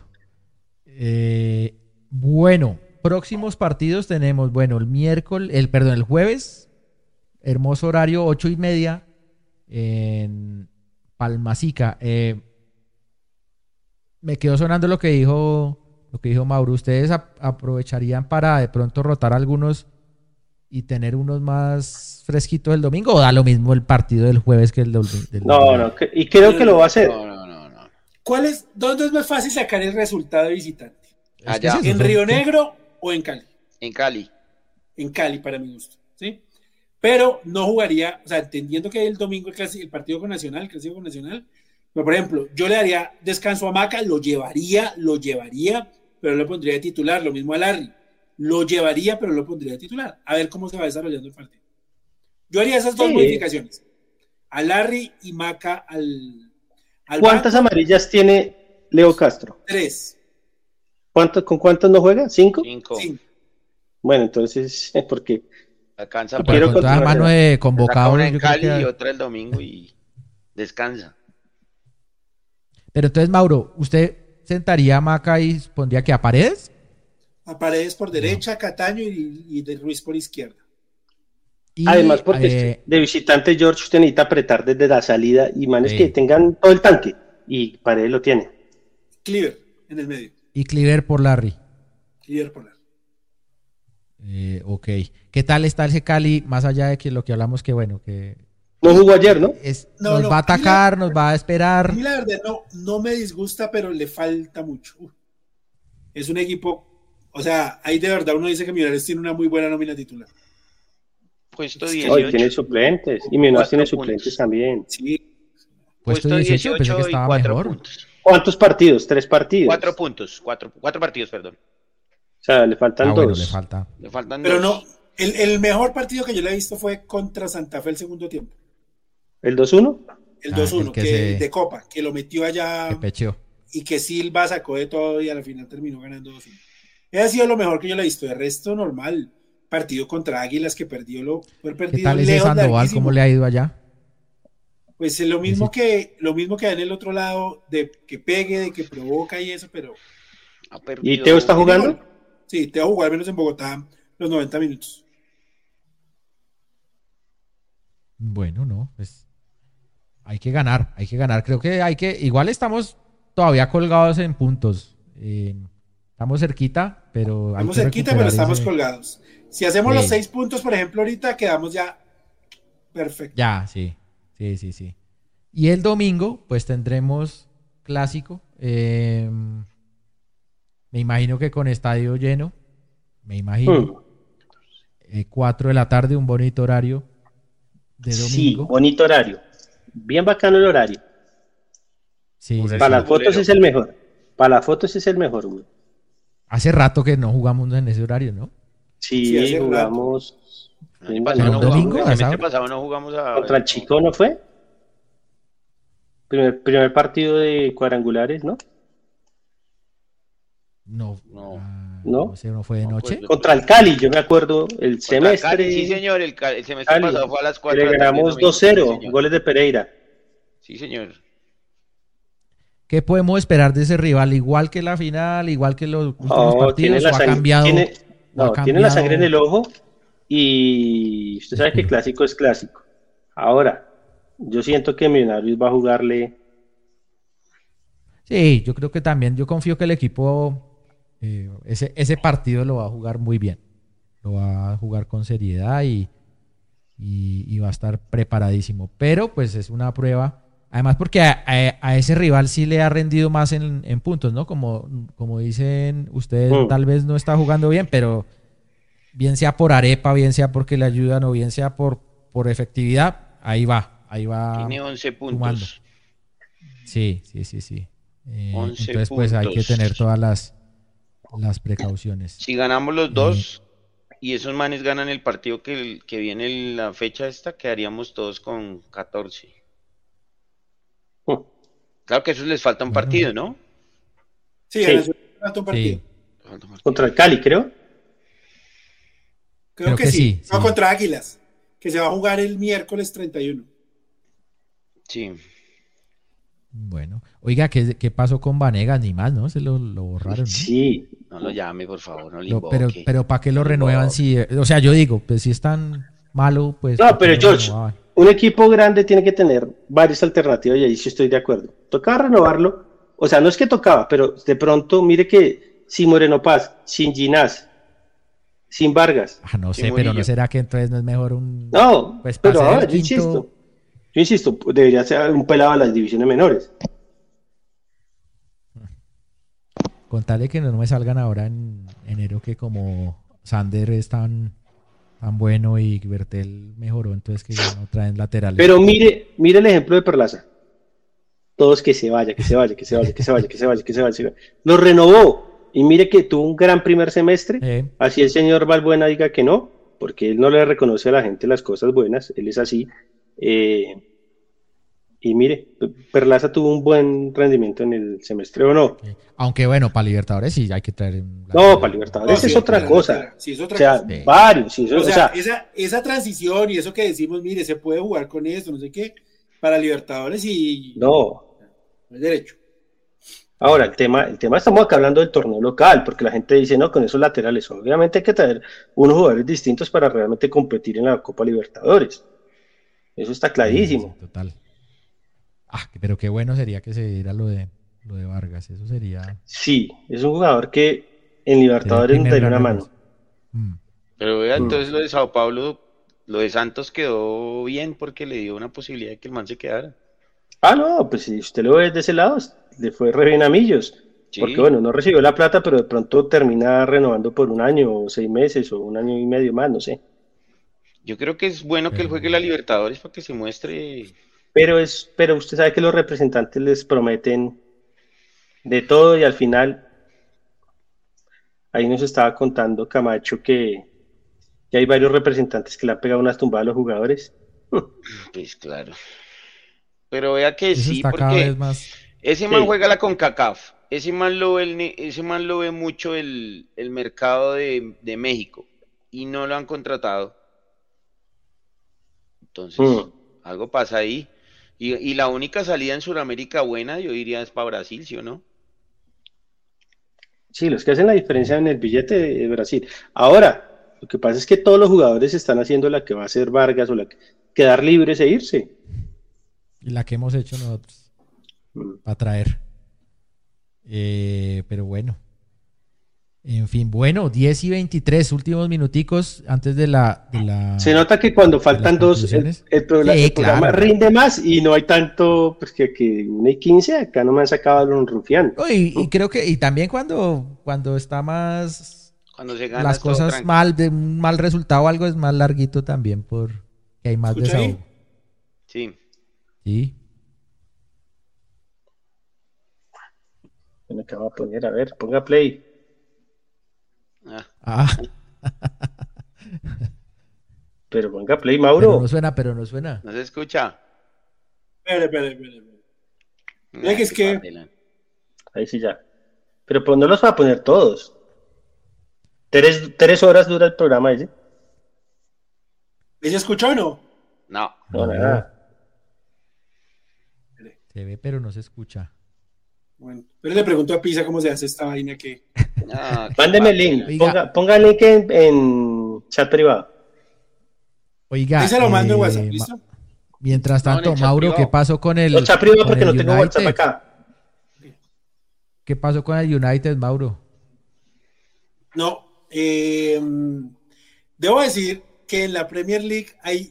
A: Bueno, próximos partidos tenemos, bueno, el jueves, hermoso horario, 8:30 en Palmasica. Me quedó sonando lo que dijo Mauro. ¿Ustedes aprovecharían para de pronto rotar algunos y tener unos más fresquitos el domingo? ¿O da lo mismo el partido del jueves que el del
B: No,
A: domingo?
B: no, y creo que lo va a hacer.
D: no.
C: ¿Dónde es más fácil sacar el resultado de visitante?
A: Es que
D: Allá.
A: es eso,
C: ¿En Río Negro o en Cali?
D: En Cali.
C: En Cali, para mi gusto, ¿sí? Pero no jugaría, o sea, entendiendo que el domingo el partido con Nacional, el clásico con Nacional, pero por ejemplo, yo le daría descanso a Maca, lo llevaría, pero lo pondría de titular, lo mismo a Larry, lo llevaría, pero lo pondría de titular, a ver cómo se va desarrollando el partido. Yo haría esas dos
B: Sí.
C: modificaciones, a Larry y Maca al
B: ¿Cuántas
C: banco,
B: amarillas tiene Leo Castro?
C: 3,
B: ¿Con cuántas no juega? ¿5?
D: 5.
C: 5.
B: Bueno, entonces, porque
D: Alcanza
A: Pero
D: para
B: quiero
A: con toda
B: continuar,
A: mano
B: ¿verdad?
A: de
D: saca
A: convocados,
D: una en
A: yo creo
D: Cali y
A: que...
D: otra el domingo y descansa.
A: Pero entonces, Mauro, ¿usted sentaría a Maca y pondría que a Paredes?
C: A Paredes por derecha, Cataño y de Ruiz por izquierda.
A: Y,
B: Además, porque de visitante George usted necesita apretar desde la salida y manes
A: Sí.
B: que tengan todo el tanque. Y Paredes lo tiene.
C: Cleaver en el medio.
A: y Cliver por Larry.
C: Cleaver por la.
A: Ok. ¿Qué tal está ese Cali? Más allá de que lo que hablamos, que bueno, que
B: No jugó ayer, ¿no?
C: No,
A: nos va a atacar, nos va a
C: A
A: esperar.
C: mí la verdad no me disgusta, pero le falta mucho. Es un equipo, o sea, ahí de verdad uno dice que Millonarios tiene una muy buena nómina titular.
D: Puesto
C: Sí,
B: Hoy
D: 18.
B: tiene suplentes. Y Millonarios
D: 4
B: tiene
D: puntos.
B: suplentes también.
C: Sí,
A: Puesto
D: Puesto
A: 18, pensé que
D: 18 y
A: estaba
D: 4
A: mejor.
D: puntos.
B: ¿Cuántos partidos? 3 partidos.
D: 4 puntos. 4 partidos, perdón.
B: O sea, le faltan
A: Bueno,
B: dos.
A: le falta.
D: Le faltan
C: pero
D: dos.
C: no, el mejor partido que yo le he visto fue contra Santa Fe el segundo tiempo.
B: ¿El 2-1?
C: El
A: Ah,
C: 2-1,
A: el que
C: de Copa, que lo metió allá
A: Que pecheó.
C: y que Silva sacó de todo y al final terminó ganando 2-1. Ese ha sido lo mejor que yo le he visto. De resto, normal. Partido contra Águilas que perdió
A: ¿Qué
C: perdido
A: tal ese
C: lejos,
A: Sandoval?
C: larguísimo.
A: ¿Cómo le ha ido allá?
C: Pues lo mismo que hay en el otro lado, de que pegue, de que provoca y eso, pero
D: Ha perdido.
B: ¿Y Teo está jugando?
C: sí, te va a jugar menos en Bogotá los 90 minutos.
A: Bueno, no, pues hay que ganar, hay que ganar. Creo que igual estamos todavía colgados en puntos. Estamos cerquita, pero hay
C: Estamos
A: que
C: cerquita, pero
A: recuperar
C: estamos
A: ese-
C: colgados. Si hacemos
A: Sí.
C: los 6 puntos, por ejemplo, ahorita quedamos ya perfecto.
A: Ya, sí. Y el domingo, pues tendremos clásico. Me imagino que con estadio lleno. Me imagino. 4 de la tarde, un bonito horario de
B: Sí,
A: domingo.
B: bonito horario. Bien bacano el horario.
A: Sí, sí,
B: Para
A: sí.
B: las fotos es el mejor. Para las fotos es el mejor, güey.
A: Hace rato que no jugamos en ese horario, ¿no?
C: Sí,
B: Sí,
C: hace
B: jugamos.
D: El año
B: Venga,
D: pasado
A: ¿El
D: no
A: domingo,
D: jugamos,
A: a
D: el
A: esa
D: semestre
A: hora?
D: pasado no jugamos a...
B: Contra el Chico, ¿no fue? Primer partido de cuadrangulares, ¿no?
A: No.
D: No.
B: ¿No?
A: No sé, ¿no fue de
D: No,
A: noche?
D: pues,
B: Contra el Cali, yo me acuerdo, el
D: Contra
B: semestre.
D: Cali, sí, señor. El semestre
B: Cali,
D: pasado fue a las
B: que
D: 4
B: le
D: de la tarde.
B: ganamos
D: domingo.
B: 2-0,
D: Sí, señor.
B: goles de Pereira.
D: Sí, señor.
A: ¿Qué podemos esperar de ese rival? Igual que la final, igual que los últimos
B: No, tiene
A: partidos,
B: la
A: o ha
B: sangre,
A: cambiado,
B: tiene la sangre en el ojo y usted sabe que
A: Escudo.
B: clásico es clásico. Ahora, yo siento que Millonarios va a jugarle.
A: Sí, yo creo que también, yo confío que el equipo, ese partido lo va a jugar muy bien. Lo va a jugar con seriedad y va a estar preparadísimo. Pero pues es una prueba. Además porque a ese rival sí le ha rendido más en puntos, ¿no? Como dicen ustedes, tal vez no está jugando bien, pero bien sea por arepa, bien sea porque le ayudan o bien sea por efectividad, ahí va
D: Tiene 11
A: sumando.
D: puntos.
A: Sí.
D: 11
A: Entonces pues hay que tener
D: puntos.
A: todas las precauciones.
D: Si ganamos los
A: Eh,
D: dos y esos manes ganan el partido que viene la fecha esta, quedaríamos todos con 14. Claro que a esos les falta un
A: bueno,
D: partido, ¿no?
C: Sí, a
B: Sí,
C: Nacional le falta un partido.
A: sí,
D: Falta un partido.
B: contra el Cali, creo.
C: Creo
A: creo
C: que
A: que
C: sí.
A: sí,
C: No,
A: sí.
C: contra Águilas, que se va a jugar el miércoles 31.
D: Sí.
A: Bueno, oiga, ¿qué pasó con Vanegas? Ni más, ¿no? Se lo borraron, ¿no?
B: Sí,
D: No lo llame, por favor, no le
A: Pero,
D: invoque.
A: pero ¿para qué
D: No
A: lo
D: le
A: renuevan
D: invoque.
A: si, o sea, yo digo, pues si es tan malo, pues
B: no,
A: ¿para qué
B: pero
A: lo
B: George,
A: renovaban?
B: un equipo grande tiene que tener varias alternativas y ahí sí estoy de acuerdo. Tocaba renovarlo, o sea, no es que tocaba, pero de pronto mire que sin Moreno Paz, sin Ginás, sin Vargas,
A: Ah, no
D: Sí,
A: sé, pero ¿no
D: Murillo.
A: será que entonces no es mejor
B: no,
A: pues para
B: pero
A: ser
B: ahora
A: el quinto,
B: yo insisto, debería ser un pelado a las divisiones menores.
A: contarle que no me salgan ahora en enero que como Sander es tan bueno y Bertel mejoró, entonces que ya no traen laterales?
B: Pero mire el ejemplo de Perlaza. Todos que se vaya, que se vaya, que se vaya, que se vaya, que se vaya, que se vaya. Que se vaya. Lo renovó y mire que tuvo un gran primer semestre. Así el señor Valbuena diga que no, porque él no le reconoce a la gente las cosas buenas, él es así. Eh, y mire, Perlaza tuvo un buen rendimiento en el semestre o no.
A: Aunque bueno, para Libertadores sí hay que traer un
B: No, para
A: lateral.
C: No,
B: Libertadores
C: sí,
B: es
C: hay que
B: otra
C: traer
B: cosa.
C: lateral. Sí, es
B: O
C: otra
B: sea,
C: cosa.
A: Sí.
B: varios. Sí,
C: O
B: o
C: sea,
B: sea,
C: esa transición y eso que decimos, mire, se puede jugar con esto, no sé qué, para Libertadores y
B: no.
C: no es derecho.
B: Ahora, el tema estamos acá hablando del torneo local, porque la gente dice, no, con esos laterales, obviamente hay que traer unos jugadores distintos para realmente competir en la Copa Libertadores. Eso está
A: Sí,
B: clarísimo.
A: total. Ah, pero qué bueno sería que se diera lo de Vargas. Eso sería
B: Sí, es un jugador que en
A: sería el
B: Libertadores nos
A: primer
B: daría
A: gran
B: una
A: refuerzo.
B: mano.
A: Mm.
D: Pero vea,
B: Mm.
D: entonces lo de Sao Paulo, lo de Santos quedó bien porque le dio una posibilidad de que el man se quedara.
B: Ah, no, pues si usted lo ve de ese lado, le fue re bien a Millos, porque
D: Sí,
B: bueno, no recibió la plata, pero de pronto termina renovando por un año o 6 meses o un año y medio más, no sé.
D: yo creo que es bueno que él juegue la
A: Pero
D: Libertadores para que se muestre.
B: Pero usted sabe que los representantes les prometen de todo y al final ahí nos estaba contando Camacho que hay varios representantes que le han pegado unas tumbadas a los jugadores.
D: Pues claro. Pero vea que
A: eso
D: sí,
A: está cada vez
D: porque
A: más.
D: ese man
B: Sí,
D: juega la CONCACAF. Ese man lo ve, ese man lo ve mucho el mercado de México y no lo han contratado. Entonces,
B: mm,
D: algo pasa ahí. Y la única salida en Sudamérica buena, yo diría, es para Brasil, ¿sí o no?
B: sí, los que hacen la diferencia
A: Sí.
B: en el billete de Brasil. Ahora, lo que pasa es que todos los jugadores están haciendo la que va a hacer Vargas o la que quedar libres e irse.
A: Y la que hemos hecho nosotros
B: Mm.
A: para traer. Pero bueno. En fin, bueno, 10:23, últimos minuticos antes
B: Se nota que cuando
A: de las
B: faltan dos,
A: conclusiones.
B: el
A: Sí,
B: programa
A: claro.
B: rinde más y no hay tanto, pues que 1:15, acá no me han sacado un rufián.
A: No, y creo que, y también cuando está más
D: Cuando se gana
A: las
D: es todo
A: cosas
D: tranqui.
A: mal, de un mal resultado o algo es más larguito también porque hay más
C: ¿Escucha ahí?
A: desahogo.
D: Sí.
A: Sí.
B: Me acabo de poner, a ver, ponga play.
D: Ah,
A: Ah,
B: Pero ponga play,
A: pero
B: Mauro.
A: no suena.
D: ¿no se escucha?
C: Espere. Mira
D: Ah,
C: que es
D: qué
C: que,
D: papelón.
B: Ahí sí ya. Pero pues no los va a poner todos. 3 horas dura el programa ese.
C: ¿ella escuchó o no?
D: No.
B: No,
A: No,
B: nada.
A: se ve pero no se escucha.
C: Bueno, pero le pregunto a Pisa cómo se hace esta vaina que...
B: Mándeme el link,
A: Oiga.
B: ponga el link en chat privado.
A: Oiga,
C: Ahí se lo mando en WhatsApp, ¿listo?
A: mientras
D: No, en
A: tanto,
D: el chat
A: Mauro,
D: privado.
A: ¿qué pasó con el
B: No, chat privado
A: con
B: porque
A: el
B: no tengo
A: United?
B: WhatsApp acá.
A: ¿Qué pasó con el United, Mauro?
C: No, debo decir que en la Premier League hay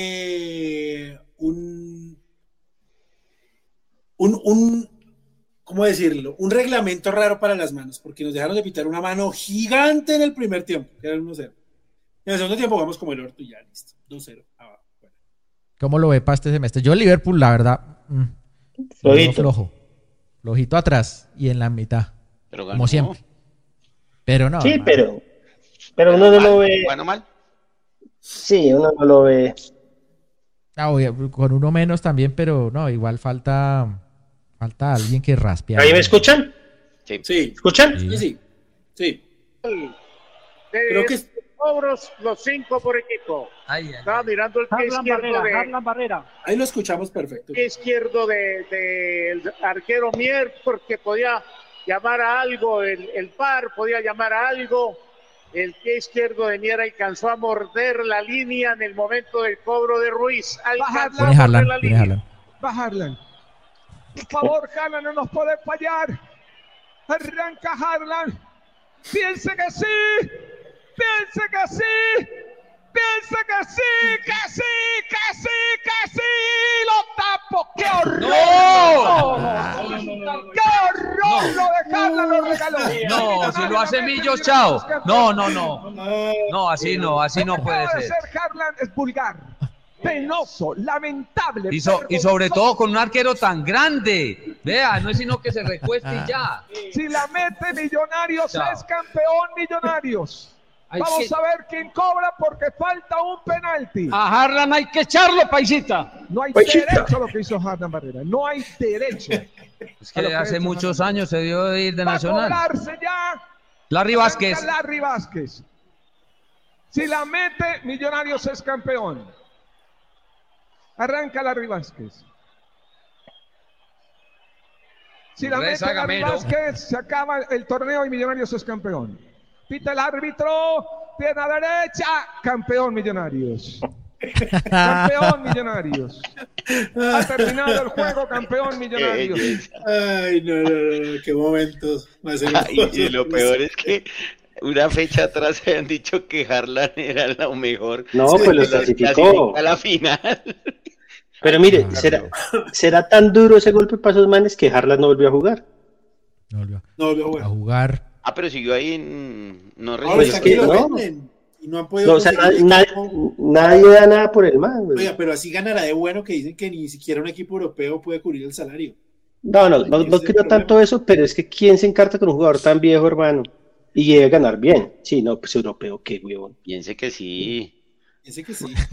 C: ¿cómo decirlo? Un reglamento raro para las manos, porque nos dejaron de pitar una mano gigante en el primer tiempo, que era el 1-0. En el segundo tiempo vamos como el orto y ya, listo. 2-0. Abajo. Bueno.
A: ¿Cómo lo ve para este semestre? Yo, Liverpool, la verdad, lo veo
B: Flojito.
A: flojo. Flojito atrás y en la mitad,
D: Pero
A: como siempre. Pero no.
B: Sí,
A: hermano.
B: pero uno no lo ve.
D: Bueno, mal.
B: Sí, uno no lo ve.
A: Con uno menos también, pero no, igual falta alguien que raspe.
B: ¿Ahí me escuchan?
C: Sí,
B: ¿Escuchan?
C: sí. Creo que
F: cobros, los 5 por equipo. Estaba mirando el pie izquierdo
C: ahí lo escuchamos perfecto.
F: pie izquierdo del arquero Mier, porque podía llamar a algo, el par podía llamar a algo. El pie izquierdo de Mier alcanzó a morder la línea en el momento del cobro de Ruiz. Alcanzó a
A: Viene
F: morder la
A: Haaland, viene
F: línea.
A: Haaland.
G: Va Haaland. Por favor, Haaland no nos puede fallar. Arranca Haaland. Piense que sí. Piense que sí. Piense que sí. Que sí. Que sí. Que sí. Lo tapo. ¡Qué horror! ¡Qué horror! Lo de Haaland lo regaló.
H: No, si lo hace Millos, chao. No. No, así no puede
G: Acaba de
H: ser.
G: ser Haaland es vulgar. Penoso, lamentable.
H: Y sobre todo con un arquero tan grande. Vea, no es sino que se recueste y ya.
G: Si la mete Millonarios,
H: Chao.
G: es campeón Millonarios. Vamos a ver quién cobra porque falta un penalti.
H: A Harlan hay que echarlo, paisita.
G: No hay
B: Paisita.
G: derecho a lo que hizo Hernán Barrera. No hay derecho.
H: Es que hace muchos años se dio de ir de
G: Va a
H: Nacional.
G: cobrarse ya.
H: Larry Vázquez.
G: Arranca Larry Vázquez. Si la mete, Millonarios es campeón. Arranca Larry Vázquez. Si la mete
H: Reza
G: Larry
H: Gamero.
G: Vázquez, se acaba el torneo y Millonarios es campeón. Pita el árbitro, pierna derecha, campeón Millonarios. Campeón Millonarios. Ha terminado el juego, campeón Millonarios.
C: Ay, no, qué momentos más
D: Y lo peor es que una fecha atrás se habían dicho que Harlan era lo mejor.
B: No, pues lo clasificó.
D: A la final.
B: Pero mire, será tan duro ese golpe para esos manes que Haaland no volvió a jugar.
A: No volvió
C: No,
A: a
C: bueno.
A: jugar.
D: Pero siguió ahí, no
C: Ahora
B: Pues
C: está
B: es
C: que
B: que
C: lo
B: no.
C: venden y no han podido
B: No, o sea,
C: conseguir equipo.
B: nadie da nada por el man, güey.
C: Oiga, pero así ganará de bueno que dicen que ni siquiera un equipo europeo puede cubrir el salario.
B: No
C: Ese es el
B: creo
C: problema.
B: tanto eso, pero es que ¿quién se encarta con un jugador tan viejo, hermano? Y debe ganar bien. Sí, no, pues europeo, qué huevón.
D: Piense que sí.
C: Ese que sí.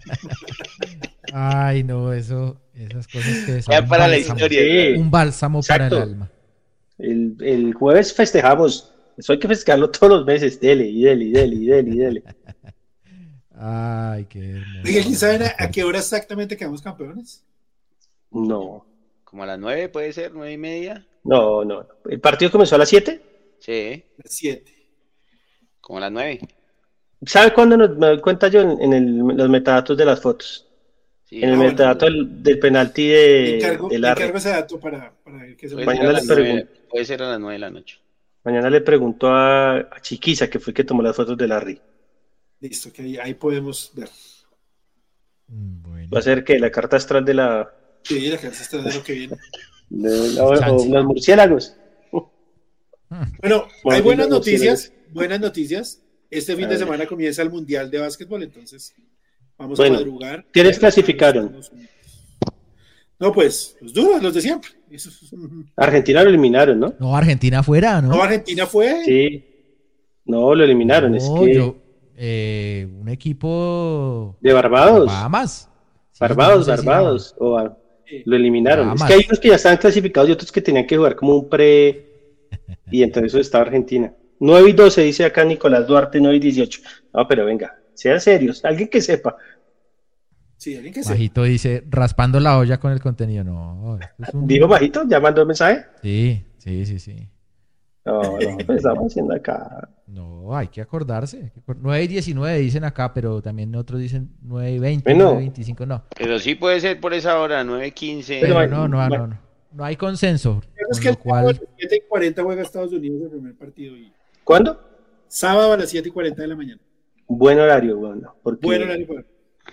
A: Ay, no, esas cosas que son
D: Ya
A: un
D: para la
A: bálsamo.
D: historia.
B: Sí.
A: Un bálsamo para el
B: Exacto.
A: alma.
B: El jueves festejamos. Eso hay que festejarlo todos los meses. Dele, y dele, y dele, y dele, y dele.
A: Ay, qué hermoso.
C: Oiga, ¿quién saben a qué hora exactamente quedamos campeones?
B: No,
D: Como a las 9 puede ser, 9:30.
B: no. ¿El partido comenzó a las 7?
D: Sí,
C: Las 7.
D: como a las 9.
B: ¿Sabe cuándo me doy cuenta yo los metadatos de las fotos?
D: Sí,
B: En el
C: bueno.
B: metadato del penalti
C: Me encargo
B: de Larry.
C: ese dato para que se
D: puede,
C: me
B: Mañana
D: ser a
B: les
D: las 9,
B: pregunto.
D: puede ser a las 9 de la noche.
B: Mañana le pregunto a Chiquiza, que fue el que tomó las fotos de Larry.
C: Listo, que ahí podemos ver.
A: Bueno.
B: Va a ser que la carta astral de
C: Sí, la casa está de lo que viene.
B: o
A: Chance.
B: los murciélagos.
C: Bueno,
B: Bueno,
C: hay buenas
B: sí,
C: noticias. Buenas noticias. Este fin
B: A
C: de
B: ver.
C: semana comienza el Mundial de Básquetbol, entonces vamos
B: Bueno,
C: a madrugar.
B: ¿quiénes clasificaron?
C: No, pues, los duros, los de siempre. Eso es un-
B: Argentina lo eliminaron, ¿no?
A: No, Argentina afuera, ¿no?
C: No, Argentina fue.
B: Sí. No, lo eliminaron. Es
A: No,
B: que
A: un equipo
B: de Barbados.
A: Bahamas. Sí,
B: Barbados,
A: no sé si
B: Barbados. Lo eliminaron.
A: Bahamas.
B: Es que hay unos que ya estaban clasificados y otros que tenían que jugar como un pre. Y entonces estaba Argentina. 9-12, dice acá Nicolás Duarte, 9-18. No, pero venga, sean serios. Alguien que sepa.
C: Sí, alguien que sepa.
A: Bajito dice, raspando la olla con el contenido. No, esto es un...
B: ¿Dijo bajito? ¿Ya mandó el mensaje?
A: Sí.
B: No, pues estamos haciendo acá.
A: No, hay que acordarse. 9:19 dicen acá, pero también otros dicen 9:20,
B: Bueno.
A: 9:25, no.
D: Pero sí puede ser por esa hora, 9:15.
A: Pero
B: Pero
A: no hay consenso.
C: Es
A: Con
C: que
A: lo
C: el sábado
A: cual,
C: a las 7:40 juega Estados Unidos el primer partido. Y
B: ¿Cuándo?
C: sábado a las 7:40 de la mañana.
B: Buen horario, bueno. Porque...
C: Bueno, horario para-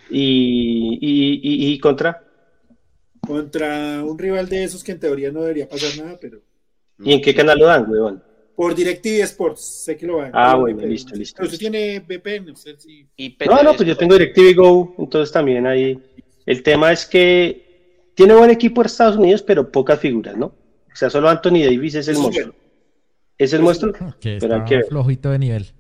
B: Y contra.
C: contra un rival de esos que en teoría no debería pasar nada, pero
B: ¿Y en qué canal lo dan, huevón?
C: por DirecTV Sports, sé que lo van.
B: Ah,
C: Por
B: bueno,
C: VPN.
B: listo.
C: Pero usted tiene VPN, usted sí.
D: Y
B: No, pues yo tengo DirecTV Go, entonces también ahí. El tema es que tiene buen equipo de Estados Unidos, pero pocas figuras, ¿no? O sea, solo Anthony Davis es el
C: Eso es
B: monstruo.
C: bueno.
B: ¿Es el monstruo?
A: que
B: Pero hay
A: está
B: que ver.
A: flojito de nivel.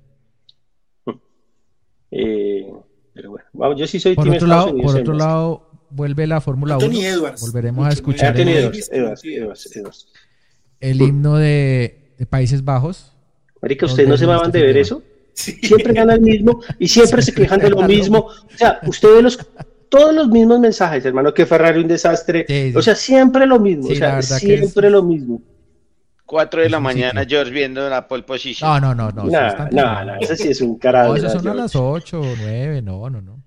B: Pero bueno, vamos, yo sí soy
A: Por
B: team
A: otro
B: Estados
A: lado,
B: Unidos.
A: por otro lado, vuelve la Fórmula 1.
C: Anthony Edwards.
A: Volveremos a
C: Mucho,
A: escuchar
B: Anthony
A: el,
B: Edwards.
A: el himno de Países Bajos.
B: Marica, ¿ustedes no se maman de ver eso?
C: Sí.
B: Siempre gana el mismo y siempre se quejan de lo mismo. O sea, usted ve todos los mismos mensajes, hermano, que Ferrari un desastre.
A: Sí.
B: O sea, siempre lo mismo.
A: Sí,
B: o sea,
A: la verdad que
B: siempre lo mismo.
D: 4 de
A: Es
D: la
A: un
D: mañana,
A: sitio.
D: George, viendo la pole position.
A: No.
B: No,
A: sí, están temprano.
B: no, eso sí es un carajo.
A: No, esos son a las 8 o 9, no. No.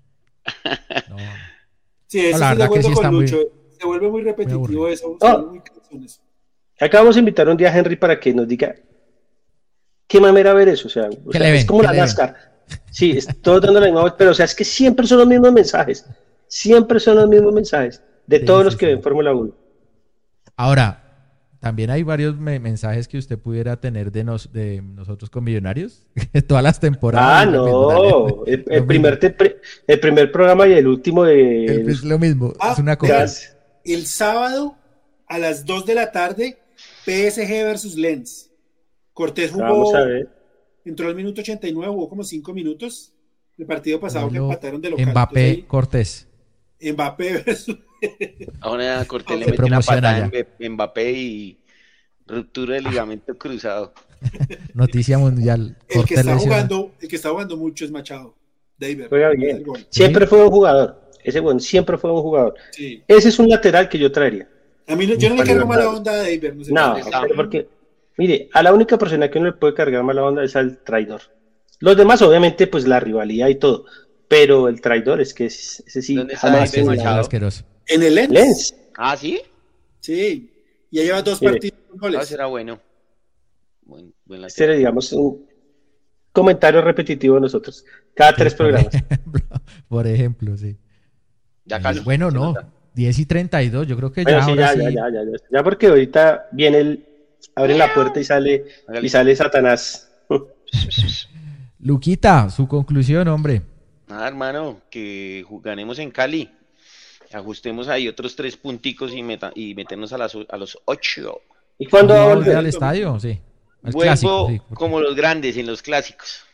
C: Sí, eso
A: la
C: sí, de
A: verdad que
C: acuerdo
A: sí
C: con
A: está muy-
C: Lucho. Se vuelve muy repetitivo
A: aburrido.
C: eso.
B: Ah.
C: Muy cansón eso.
B: Acá vamos a invitar un día a Henry para que nos diga qué mamera ver eso. O sea,
A: ¿Qué le ven?
B: es como
A: ¿Qué
B: la
A: le ven?
B: NASCAR. Sí, todos dando la misma voz, pero o sea, es que siempre son los mismos mensajes. Siempre son los mismos mensajes de
A: Sí,
B: todos
A: sí,
B: los que
A: sí.
B: ven Fórmula 1.
A: Ahora, también hay varios mensajes que usted pudiera tener de nosotros con Millonarios. Todas las temporadas.
B: Ah,
A: es lo mismo,
B: no.
A: dale.
B: El primer programa y el último
A: Es lo mismo.
C: Ah,
A: Es una cosa.
B: Gas.
C: El sábado a las 2 de la tarde, PSG versus Lens. Cortés
B: Vamos
C: jugó,
B: a ver.
C: entró al minuto 89, jugó como 5 minutos. El partido pasado que
A: Duelo
C: empataron de local.
A: Mbappé
C: Entonces,
A: Cortés.
C: ahí, Mbappé versus...
D: Ahora Cortés le
A: Se
D: mete una
A: promociona
D: patada
A: ya.
D: en Mbappé y ruptura del ligamento cruzado.
A: Noticia mundial.
C: El que
A: Cortés
C: está
A: lesionado.
C: jugando, el que está jugando mucho es Machado. David.
B: Juega bien. Siempre fue un jugador. Ese bueno, siempre fue un jugador.
C: Sí.
B: Ese es un lateral que yo traería.
C: A mí yo no le cargo mala onda a David. No, sé
B: No,
C: por qué.
B: pero porque, mire, a la única persona que uno le puede cargar mala onda es al traidor. Los demás, obviamente, pues la rivalidad y todo. Pero el traidor es que ese sí
D: ¿Dónde está
B: jamás
D: David
B: se
D: Machado?
A: Asqueroso.
C: En el Lens.
B: Lens.
D: ¿Ah, sí?
C: Sí. Ya lleva 2
B: Mire.
C: partidos con
D: Ah,
C: goles.
D: será bueno. Buen
B: Este
D: lateral.
B: era, digamos, un comentario repetitivo de nosotros. Cada 3 programas.
A: Por ejemplo, sí.
D: Ya casi.
A: Bueno,
D: se
A: no.
D: nota.
A: 10:32. Yo creo que
B: Bueno,
A: ya
B: sí,
A: ahora sí.
B: ya, porque ahorita viene abren la puerta y sale Satanás.
A: Luquita, su conclusión, hombre.
D: Nada, hermano, que ganemos en Cali. Ajustemos ahí otros 3 punticos y meternos a los 8.
B: ¿Y cuándo va a
A: ¿Va a volver
B: volver?
A: al estadio? Sí. Al
D: Vuelvo
A: clásico, sí.
D: como los grandes en los clásicos.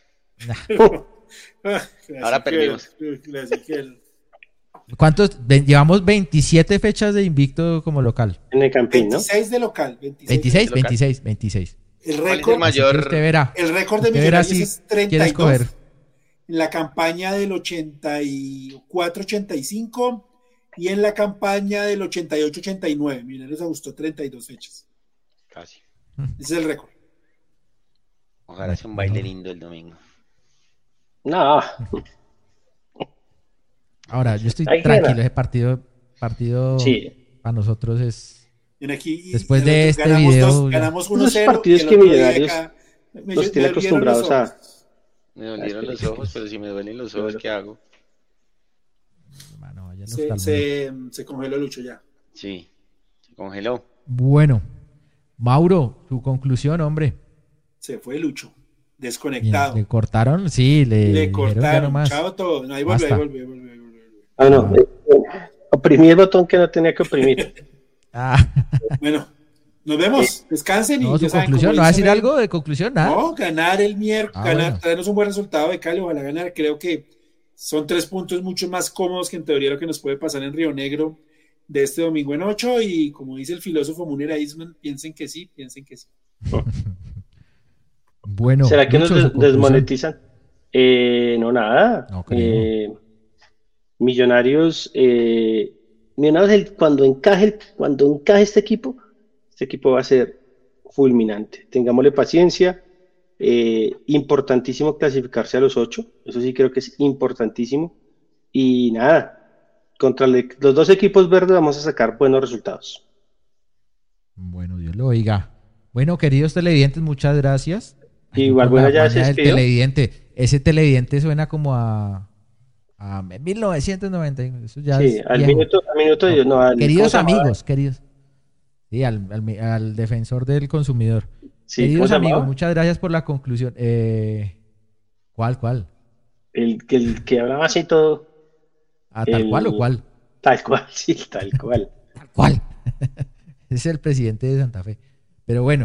D: Ahora perdimos.
A: ¿Cuántos? Llevamos 27 fechas de invicto como local.
B: En el Campín, ¿no?
C: 26 de local.
A: 26,
D: local.
A: 26.
C: El
D: ¿Cuál es el
C: récord,
D: mayor?
A: Usted verá.
C: el récord de
A: Usted verá
C: Millonarios
A: si
C: es
A: quiere
C: 32.
A: escoger.
C: En la campaña del 84-85 y en la campaña del 88-89. Millonarios ajustó 32 fechas.
D: Casi.
C: Ese es el récord.
D: Ojalá sea un baile lindo el domingo.
B: No.
A: Ahora, yo estoy
B: Hay que
A: tranquilo.
B: ganar.
A: Ese partido
B: Sí.
A: para nosotros es.
C: Ven aquí,
A: Después de
C: nosotros
A: este
C: ganamos
A: video,
C: ganamos
B: Esos
C: 1-0.
B: partidos
C: y el
B: que
C: otro día
B: Millonarios
C: acá me
B: Los tiene
C: dolieron los
B: acostumbrados a.
C: ojos.
D: Me dolieron los ojos, pero si me duelen los ojos, ¿qué hago?
A: Hermano, vaya
C: Se,
A: nostalgia.
C: se congeló Lucho ya.
D: Sí, se congeló.
A: Bueno, Mauro, su conclusión, hombre.
C: Se fue Lucho.
A: Bien,
C: Desconectado.
A: ¿le cortaron? Sí, le
C: Le
A: dijeron ya
C: cortaron.
A: nomás.
C: Chao todo. No, ahí volvió,
A: Basta.
C: ahí volvió.
B: Ah, no. Oprimí el botón que no tenía que oprimir.
A: Ah,
C: Bueno, nos vemos. Descansen y
A: no, su
C: ya saben,
A: conclusión.
C: como
A: ¿No va a decir
C: dice
A: algo de conclusión? Nada.
C: No, ganar el miércoles,
A: Bueno.
C: traernos un buen resultado de Cali, ojalá ganar. Creo que son 3 puntos mucho más cómodos que en teoría lo que nos puede pasar en Río Negro de este domingo en 8. Y como dice el filósofo Munera Isman, piensen que sí.
A: Bueno,
B: ¿Será que
A: Lucho,
B: nos
A: su conclusión.
B: desmonetizan? No, nada.
A: No creo.
B: Millonarios, cuando encaje este equipo va a ser fulminante. Tengámosle paciencia. Importantísimo clasificarse a los 8, eso sí creo que es importantísimo. Y nada, contra los dos equipos verdes vamos a sacar buenos resultados.
A: Bueno, Dios lo oiga. Bueno, queridos televidentes, muchas gracias.
B: Igual, bueno, ya se despidió.
A: Televidente. Ese televidente suena como a 1990. Eso ya
B: sí, al minuto de no,
A: queridos amigos, queridos. Sí, al defensor del consumidor.
B: Sí,
A: queridos amigos, muchas gracias por la conclusión. ¿Cuál?
B: El que hablaba así todo.
A: ¿Tal cual o cuál?
B: Tal cual, sí, tal cual.
A: Tal cual. Es el presidente de Santa Fe. Pero bueno.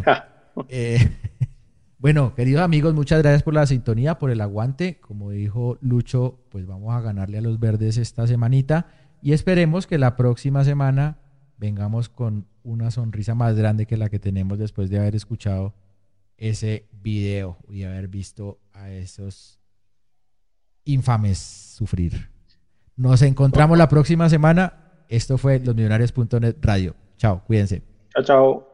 A: Bueno, queridos amigos, muchas gracias por la sintonía, por el aguante. Como dijo Lucho, pues vamos a ganarle a los verdes esta semanita y esperemos que la próxima semana vengamos con una sonrisa más grande que la que tenemos después de haber escuchado ese video y haber visto a esos infames sufrir. Nos encontramos la próxima semana. Esto fue losmillonarios.net Radio. Chao, cuídense.
B: Chao.